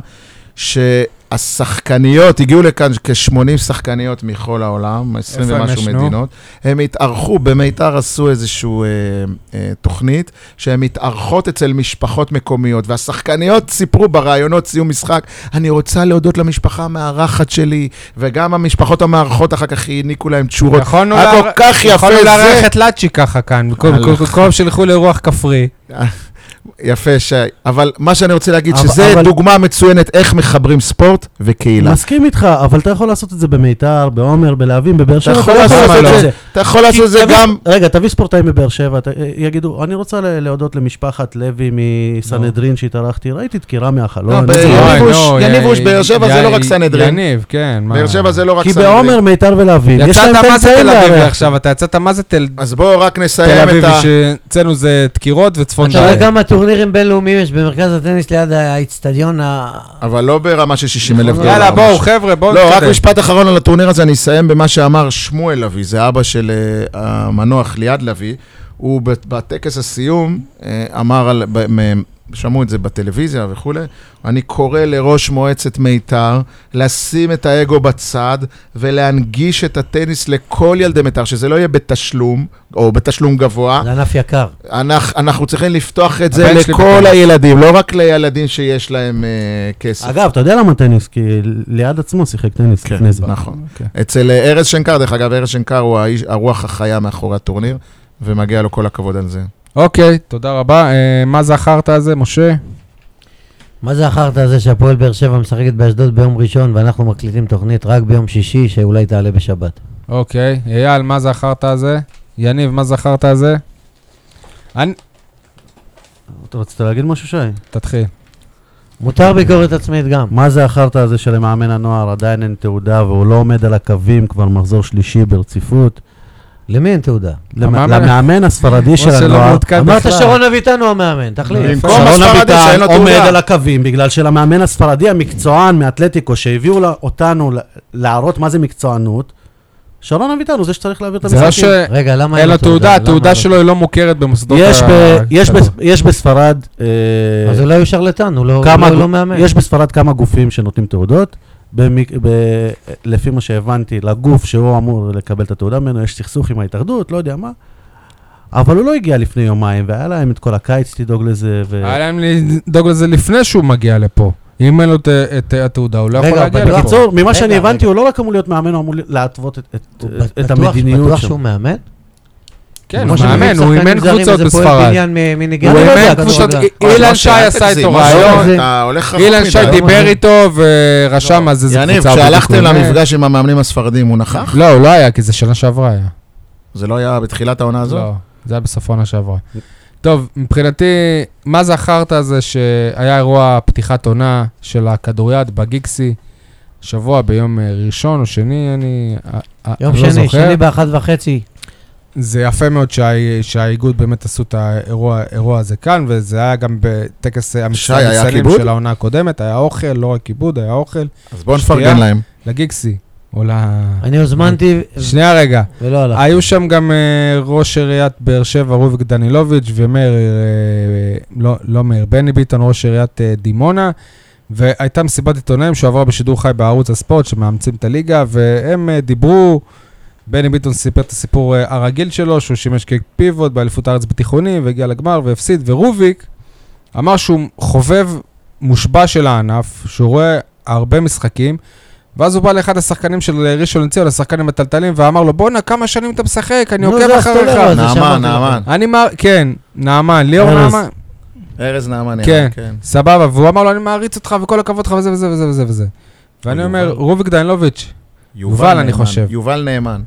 שהשחקניות, הגיעו לכאן כ-שמונים שחקניות מכל העולם, עשרים ומשהו מדינות, הם התארחו, במיתר עשו איזשהו אה, אה, תוכנית, שהן התארחות אצל משפחות מקומיות, והשחקניות סיפרו ברעיונות סיום משחק, אני רוצה להודות למשפחה המארחת שלי, וגם המשפחות המארחות אחר כך העניקו להם תשורות. יכולנו לארח את לצ'י ככה כאן, כל שלחו לאירוח כפרי. יפה, שי. אבל מה שאני רוצה להגיד, שזה דוגמה מצוינת איך מחברים ספורט וקהילה. מסכים איתך, אבל אתה יכול לעשות את זה במיתר, בעומר, בלהבים, בבאר שבע. אתה יכול לעשות את זה. אתה יכול לעשות את זה גם... רגע, תביא ספורטאים בבאר שבע, יגידו, אני רוצה להודות למשפחת לוי מסנהדרין שהתארחתי, ראיתי דקירה מהחלון. יניב רוש, באר שבע זה לא רק סנהדרין. יניב, כן. באר שבע זה לא רק כי סנהדרין. בעומר, מיתר ולהבים. יצאת מה זה תל אביב עכשיו, אתה יצאת מה זה תל... אז בואו רק נסיים את ה... אצלנו זה דקירות וצפון אתה רואה כמה טורנירים בינלאומיים יש במרכז הטניס ליד האצטדיון ה... אבל לא ברמה של שישים אלף דולר. יאללה, בואו, חבר'ה, בואו נתקדם. לא, רק משפט אחרון על הטורניר הזה, אני אסיים במה שאמר שמואל לוי, זה אבא של המנוח ליעד לוי, הוא בטקס הסיום אמר, שמעו את זה בטלוויזיה וכו', אני קורא לראש מועצת מיתר, לשים את האגו בצד, ולהנגיש את הטניס לכל ילדי מיתר, שזה לא יהיה בתשלום, או בתשלום גבוה. זה ענף יקר. אנחנו, אנחנו צריכים לפתוח את זה לכל הילדים, לא רק לילדים שיש להם uh, כסף. אגב, אתה יודע למה טניס? כי ליד עצמו שיחק טניס כן, לפני זה. נכון. Okay. אצל ארז שנקר, דרך אגב, ארז שנקר הוא האיש, הרוח החיה מאחורי הטורניר, ומגיע לו כל הכבוד על זה. אוקיי, תודה רבה. מה זכרת הזה, משה? מה זכרת הזה שהפועל באר שבע משחקת באשדוד ביום ראשון, ואנחנו מקליטים תוכנית רק ביום שישי, שאולי תעלה בשבת. אוקיי, אייל, מה זכרת הזה? יניב, מה זכרת הזה? אני... אתה רצית להגיד משהו, שי? תתחיל. מותר ביקורת עצמית גם. מה זכרת הזה שלמאמן הנוער עדיין אין תעודה, והוא לא עומד על הקווים כבר מחזור שלישי ברציפות? למי אין תעודה? למאמן הספרדי של הנוער. אמרת שרון אביטן הוא המאמן, תחליט. שרון אביטן עומד על הקווים, בגלל שלמאמן הספרדי המקצוען מאתלטיקו, שהביאו אותנו להראות מה זה מקצוענות, שרון אביטן הוא זה שצריך להעביר את המשחקים. רגע, למה אין לו תעודה? התעודה שלו היא לא מוכרת במוסדות ה... יש בספרד... אז אולי הוא שרלטן, הוא לא מאמן. יש בספרד כמה גופים שנותנים תעודות, במק... ב... לפי מה שהבנתי, לגוף שהוא אמור לקבל את התעודה ממנו, יש סכסוך עם ההתאחדות, לא יודע מה. אבל הוא לא הגיע לפני יומיים, והיה להם את כל הקיץ לדאוג לזה. ו... היה להם לדאוג לזה לפני שהוא מגיע לפה. אם אין לו את התעודה, הוא לא יכול להגיע לפה. בקיצור, ממה שאני הבנתי, הוא לא רק אמור להיות מאמן, הוא אמור להתוות את המדיניות בטוח שם. שהוא מאמן? כן, הוא מאמן, הוא אימן קבוצות בספרד. הוא אימן קבוצות, אילן שי עשה איתו רעיון, אילן שי דיבר איתו ורשם אז איזה קבוצה. יניב, כשהלכתם למפגש עם המאמנים הספרדים, הוא נכח? לא, הוא לא היה, כי זה שנה שעברה היה. זה לא היה בתחילת העונה הזו? לא, זה היה בסוף העונה שעברה. טוב, מבחינתי, מה זכרת זה שהיה אירוע פתיחת עונה של הכדוריד בגיקסי, שבוע ביום ראשון או שני, אני יום שני, שני באחת וחצי. זה יפה מאוד שהאיגוד באמת עשו את האירוע הזה כאן, וזה היה גם בטקס המצטיינים של העונה הקודמת, היה אוכל, לא רק כיבוד, היה אוכל. אז בואו נפרגן להם. לגיקסי. אני הוזמנתי... שנייה רגע. ולא הלך. היו שם גם ראש עיריית באר שבע, רוביק דנילוביץ' ומאיר, לא מאיר, בני ביטון, ראש עיריית דימונה, והייתה מסיבת עיתונאים שעברה בשידור חי בערוץ הספורט, שמאמצים את הליגה, והם דיברו, בני ביטון סיפר את הסיפור הרגיל שלו, שהוא שימש כפיבוט באליפות הארץ בתיכונים, והגיע לגמר והפסיד, ורוביק אמר שהוא חובב מושבע של הענף, שהוא רואה הרבה משחקים, ואז הוא בא לאחד השחקנים של ראשון לציון, לשחקנים מטלטלים, ואמר לו, בוא'נה, כמה שנים אתה משחק, אני עוקב אחריך. נעמן, נעמן. אני מר... כן, נעמן, ליאור נעמן. ארז נעמן, כן, סבבה, והוא אמר לו, אני מעריץ אותך וכל הכבוד לך וזה וזה וזה וזה וזה. ואני אומר, רוביק דנילוביץ', יובל, אני חושב. יובל נאמן.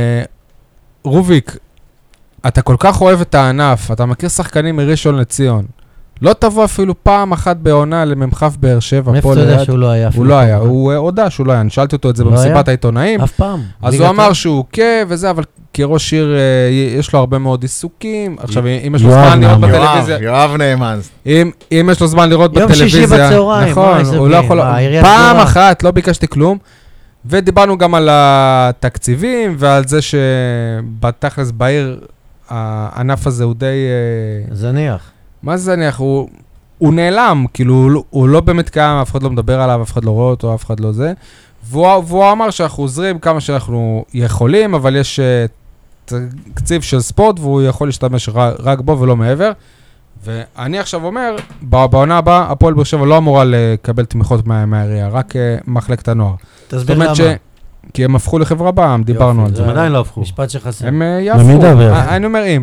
רוביק, אתה כל כך אוהב את הענף, אתה מכיר שחקנים מראשון לציון. לא תבוא אפילו פעם אחת בעונה לממחף באר שבע. מאיפה אתה יודע שהוא לא היה? הוא לא היה, הוא הודע שהוא לא היה. אני שאלתי אותו את זה במסיבת העיתונאים. אף פעם. אז הוא אמר שהוא כן וזה, אבל כראש עיר יש לו הרבה מאוד עיסוקים. עכשיו, אם יש לו זמן לראות בטלוויזיה... יואב נאמן. אם יש לו זמן לראות בטלוויזיה... יום שישי בצהריים. נכון, הוא לא יכול... פעם אחת, לא ביקשתי כלום. ודיברנו גם על התקציבים ועל זה שבתכלס בעיר הענף הזה הוא די... זניח. מה זה זניח? הוא, הוא נעלם, כאילו, הוא, הוא לא באמת קיים, אף אחד לא מדבר עליו, אף אחד לא רואה אותו, אף אחד לא זה. והוא, והוא אמר שאנחנו עוזרים כמה שאנחנו יכולים, אבל יש uh, תקציב של ספורט, והוא יכול להשתמש רק, רק בו ולא מעבר. ואני עכשיו אומר, בעונה הבאה, הפועל באר שבע לא אמורה לקבל תמיכות מה, מהעירייה, רק uh, מחלקת הנוער. תסביר למה. ש... כי הם הפכו לחברה בעם, דיברנו על זה. הם עדיין לא הפכו. משפט שחסר. הם יהפכו. אני אומר אם.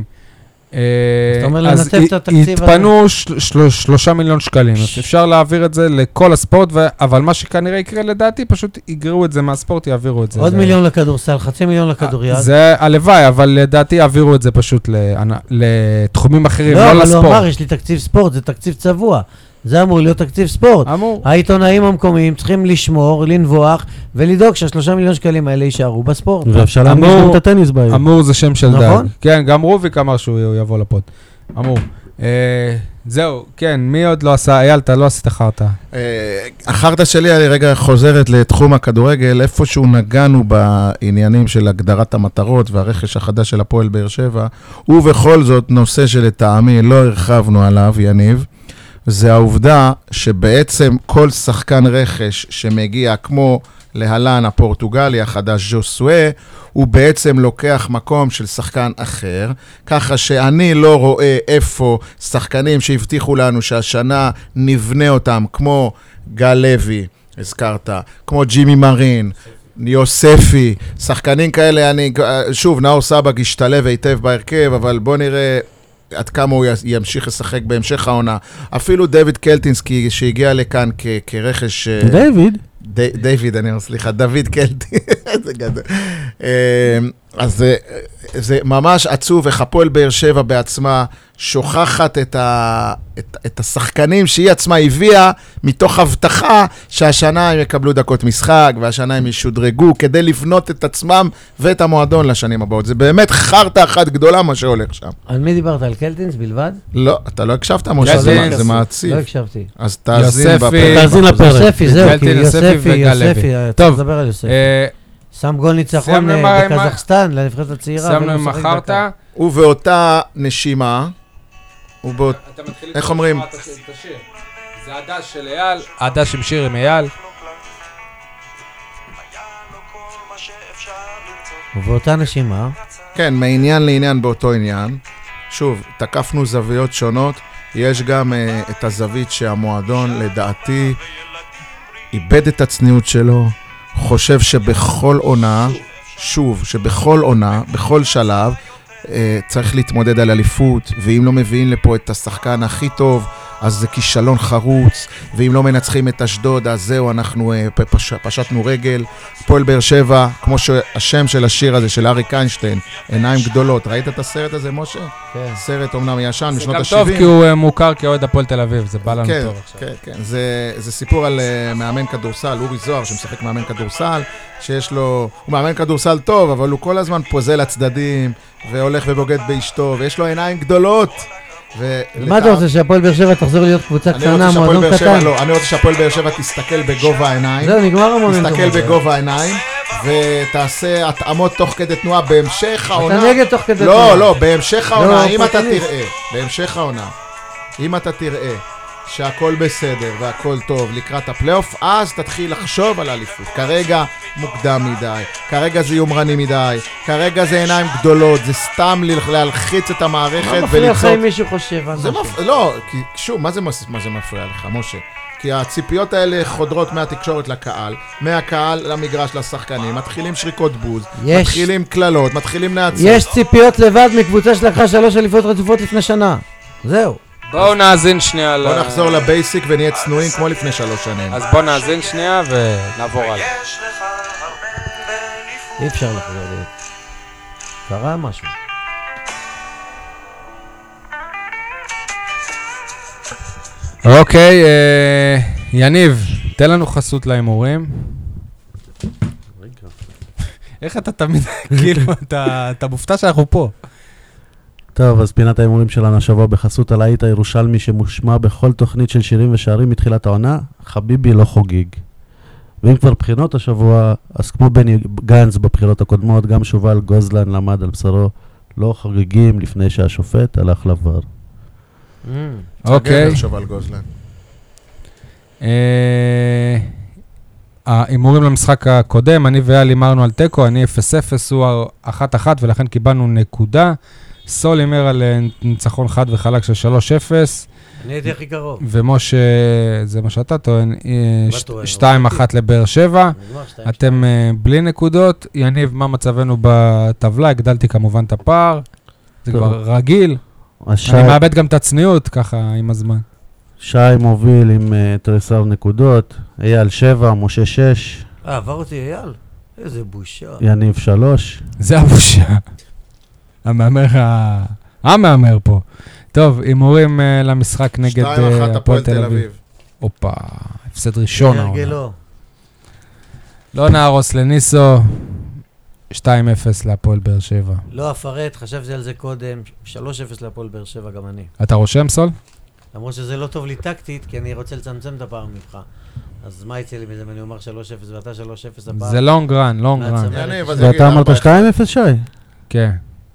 אז התפנו שלושה מיליון שקלים, אפשר להעביר את זה לכל הספורט, אבל מה שכנראה יקרה לדעתי, פשוט יגרו את זה מהספורט, יעבירו את זה. עוד מיליון לכדורסל, חצי מיליון לכדוריד. זה הלוואי, אבל לדעתי יעבירו את זה פשוט לתחומים אחרים, לא לספורט. לא, אבל הוא אמר, יש לי תקציב ספורט, זה תקציב צבוע. זה אמור להיות תקציב ספורט. אמור. העיתונאים המקומיים צריכים לשמור, לנבוח, ולדאוג שהשלושה מיליון שקלים האלה יישארו בספורט. ואפשר להמשיך גם את הטניס בעיר. אמור זה שם של דג. נכון? כן, גם רוביק אמר שהוא יבוא לפוד. אמור. זהו, כן, מי עוד לא עשה? אייל, אתה לא עשית חרטה. החרטה שלי, אני רגע חוזרת לתחום הכדורגל, איפשהו נגענו בעניינים של הגדרת המטרות והרכש החדש של הפועל באר שבע, ובכל זאת נושא שלטעמי לא הרחבנו עליו, יניב, זה העובדה שבעצם כל שחקן רכש שמגיע כמו להלן הפורטוגלי החדש ז'וסואה, הוא בעצם לוקח מקום של שחקן אחר, ככה שאני לא רואה איפה שחקנים שהבטיחו לנו שהשנה נבנה אותם, כמו גל לוי, הזכרת, כמו ג'ימי מרין, יוספי, שחקנים כאלה, אני, שוב, נאור סבג השתלב היטב בהרכב, אבל בוא נראה עד כמה הוא ימשיך לשחק בהמשך העונה. אפילו דיוויד קלטינסקי שהגיע לכאן כ- כרכש... דיוויד? ד- דיוויד, אני אומר, סליחה, דוד קלטי, איזה גדול. אז זה, זה ממש עצוב, איך הפועל באר שבע בעצמה שוכחת את, ה, את, את השחקנים שהיא עצמה הביאה, מתוך הבטחה שהשנה הם יקבלו דקות משחק, והשנה הם ישודרגו, כדי לבנות את עצמם ואת המועדון לשנים הבאות. זה באמת חרטה אחת גדולה מה שהולך שם. על מי דיברת? על קלטינס בלבד? לא, אתה לא הקשבת, משה, זה מעציב. לא הקשבתי. אז תאזין בפרק. תאזין לפרק. יוספי, זהו, כי יוספי, יוספי, טוב, תדבר על יוספי. שם גול ניצחון בקזחסטן, לנבחרת הצעירה. שמנו עם מחרטה. ובאותה נשימה, איך אומרים? זה הדש של אייל, הדש עם שיר עם אייל. ובאותה נשימה, כן, מעניין לעניין באותו עניין. שוב, תקפנו זוויות שונות, יש גם uh, את הזווית שהמועדון, לדעתי, איבד את הצניעות שלו, חושב שבכל עונה, שוב, שבכל עונה, בכל שלב, uh, צריך להתמודד על אליפות, ואם לא מביאים לפה את השחקן הכי טוב, אז זה כישלון חרוץ, ואם לא מנצחים את אשדוד, אז זהו, אנחנו uh, פש, פשטנו רגל. פועל באר שבע, כמו שהשם של השיר הזה, של אריק איינשטיין, עיניים גדולות. ראית את הסרט הזה, משה? כן. סרט אומנם ישן, משנות ה-שבעים. זה גם טוב, כי הוא uh, מוכר כאוהד הפועל תל אביב, זה בא לנו כן, טוב עכשיו. כן, כן. זה, זה סיפור על uh, מאמן כדורסל, אורי זוהר, שמשחק מאמן כדורסל, שיש לו, הוא מאמן כדורסל טוב, אבל הוא כל הזמן פוזל לצדדים, והולך ובוגד באשתו, ויש לו עיניים גדולות. מה אתה רוצה, שהפועל באר שבע תחזור להיות קבוצה קטנה, מועדון קטן? לא, אני רוצה שהפועל באר שבע תסתכל בגובה העיניים. זהו, נגמר המומנטום. תסתכל בגובה העיניים, ותעשה התאמות תוך כדי תנועה בהמשך העונה. אתה נגד תוך כדי תנועה. לא, לא, בהמשך העונה, אם אתה תראה, בהמשך העונה, אם אתה תראה שהכל בסדר והכל טוב לקראת הפלייאוף, אז תתחיל לחשוב על האליפות. כרגע מוקדם מדי, כרגע זה יומרני מדי, כרגע זה עיניים גדולות, זה סתם להלחיץ את המערכת מה מפריע לך אם מישהו חושב על משהו? לא, כי שוב, מה זה מפריע לך, משה? כי הציפיות האלה חודרות מהתקשורת לקהל, מהקהל למגרש לשחקנים, מתחילים שריקות בוז, מתחילים כללות, מתחילים נעצות. יש ציפיות לבד מקבוצה שלקחה שלוש אליפות רצופות לפני שנה. זהו. בואו נאזין שנייה. בואו נחזור לבייסיק ונהיה צנועים כמו לפני שלוש שנים. אז בואו נאזין שנייה ונעבור הלאה. אי אפשר לחזור להיות. קרה משהו. אוקיי, יניב, תן לנו חסות להימורים. איך אתה תמיד, כאילו, אתה מופתע שאנחנו פה. טוב, אז פינת ההימורים שלנו השבוע בחסות הלהיט הירושלמי שמושמע בכל תוכנית של שירים ושערים מתחילת העונה, חביבי לא חוגיג. ואם כבר בחינות השבוע, אז כמו בני גנץ בבחירות הקודמות, גם שובל גוזלן למד על בשרו לא חגיגים לפני שהשופט הלך לבר. אוקיי. שובל גוזלן. ההימורים למשחק הקודם, אני ואייל הימרנו על טקו, אני אפס אפס, הוא אחת אחת, ולכן קיבלנו נקודה. סול הימר על ניצחון חד וחלק של שלוש אפס. אני הייתי הכי קרוב. ומשה, זה מה שאתה טוען, שתיים אחת לבאר שבע. אתם בלי נקודות. יניב, מה מצבנו בטבלה? הגדלתי כמובן את הפער. זה כבר רגיל. אני מאבד גם את הצניעות, ככה, עם הזמן. שי מוביל עם תריסר נקודות. אייל שבע, משה שש. אה, עבר אותי אייל? איזה בושה. יניב שלוש. זה הבושה. המאמר, המאמר פה. טוב, הימורים למשחק נגד הפועל תל אביב. אופה, הפסד ראשון העונה. לא נהרוס לניסו, שתיים אפס להפועל באר שבע. לא אפרט, חשבתי על זה קודם, שלוש אפס להפועל באר שבע גם אני. אתה רושם, סול? למרות שזה לא טוב לי טקטית, כי אני רוצה לצמצם את הפער ממך. אז מה יצא לי מזה אם אני אומר שלוש אפס ואתה שלוש אפס הפער? זה לונג רן, לונג רן. ואתה אמרת שתיים אפס, שי? כן.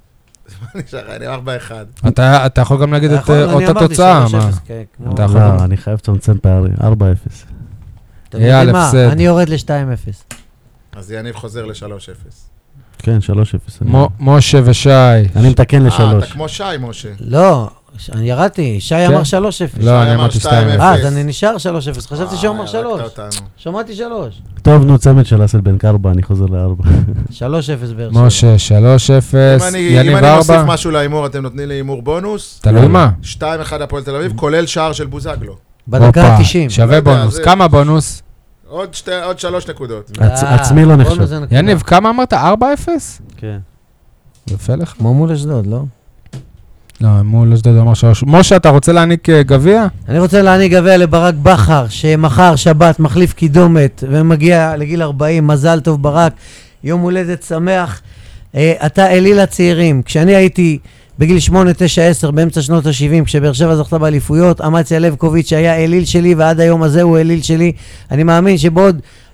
אני ארבע אחד. אתה יכול גם להגיד את אותה תוצאה. לא, אני חייב לצמצם פערים, ארבע אפס. אתה יודע מה? אני יורד ל-שתיים אפס. אז יניב חוזר ל-שלוש אפס. כן, שלוש אפס. משה ושי. אני מתקן לשלוש. אתה כמו שי, משה. לא, אני ירדתי. שי אמר שלוש אפס. לא, אני אמרתי שתיים אפס. אה, אז אני נשאר שלוש אפס. חשבתי שהוא אמר שלוש. שמעתי שלוש. טוב, נו, צמד של אסל בן קרבה, אני חוזר לארבע. שלוש אפס באר שבע. משה, שלוש אפס. אם אני מוסיף משהו להימור, אתם נותנים לי הימור בונוס? תלוי מה? שתיים אחד הפועל תל אביב, כולל שער של בוזגלו. בדקה ה-תשעים. שווה בונוס. כמה בונוס? עוד שלוש נקודות. עצמי לא נחשב. יניב, כמה אמרת? ארבע אפס? כן. יפה לך. כמו מול אשדוד, לא? לא, מול אשדוד אמר שלוש. משה, אתה רוצה להעניק גביע? אני רוצה להעניק גביע לברק בכר, שמחר שבת מחליף קידומת ומגיע לגיל ארבעים. מזל טוב ברק, יום הולדת שמח. אתה אליל הצעירים. כשאני הייתי בגיל שמונה, תשע, עשר, באמצע שנות ה-שבעים, כשבאר שבע זכתה באליפויות, אמציה לבקוביץ' שהיה אליל שלי, ועד היום הזה הוא אליל שלי. אני מאמין שבעוד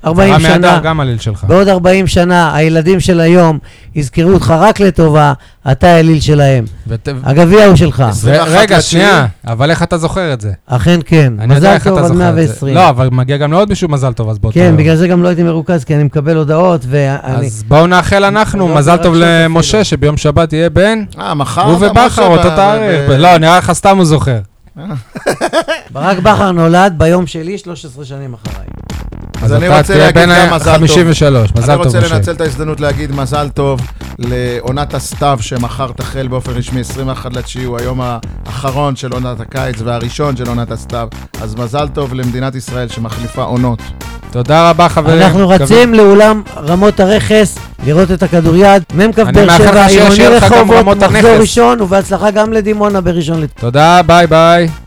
ארבעים רמי שנה, אדר גם הליל שלך. בעוד ארבעים שנה, הילדים של היום יזכרו אותך רק לטובה, אתה האליל שלהם. ות... הגביע הוא שלך. רגע, שנייה, אבל איך אתה זוכר את זה? אכן כן. מזל טוב עד מאה ועשרים. לא, אבל מגיע גם לעוד מישהו מזל טוב, אז באותו... כן, בגלל זה גם לא הייתי מרוכז, כי אני מקבל הודעות, ואני... אז בואו נאחל אנחנו, מזל טוב למשה, שביום שבת יהיה בן. אה, מחר? הוא ובחר, אותו תאריך. לא, נראה לך סתם הוא זוכר. ברק בכר נולד ביום שלי שלוש עשרה שנים אחריי. אז אני רוצה להגיד גם מזל טוב. חמישים ושלוש, מזל אני טוב. רוצה לנצל את ההזדמנות להגיד מזל טוב לעונת הסתיו שמחר תחל באופן רשמי עשרים ואחד לתשיעי, הוא היום האחרון של עונת הקיץ והראשון של עונת הסתיו. אז מזל טוב למדינת ישראל שמחליפה עונות. תודה רבה חברים. אנחנו רצים לאולם רמות הרכס לראות את הכדוריד. ממקף באר שבע, עירוני רחובות, מחזור ראשון, ובהצלחה גם לדימונה בראשון. תודה, ביי ביי.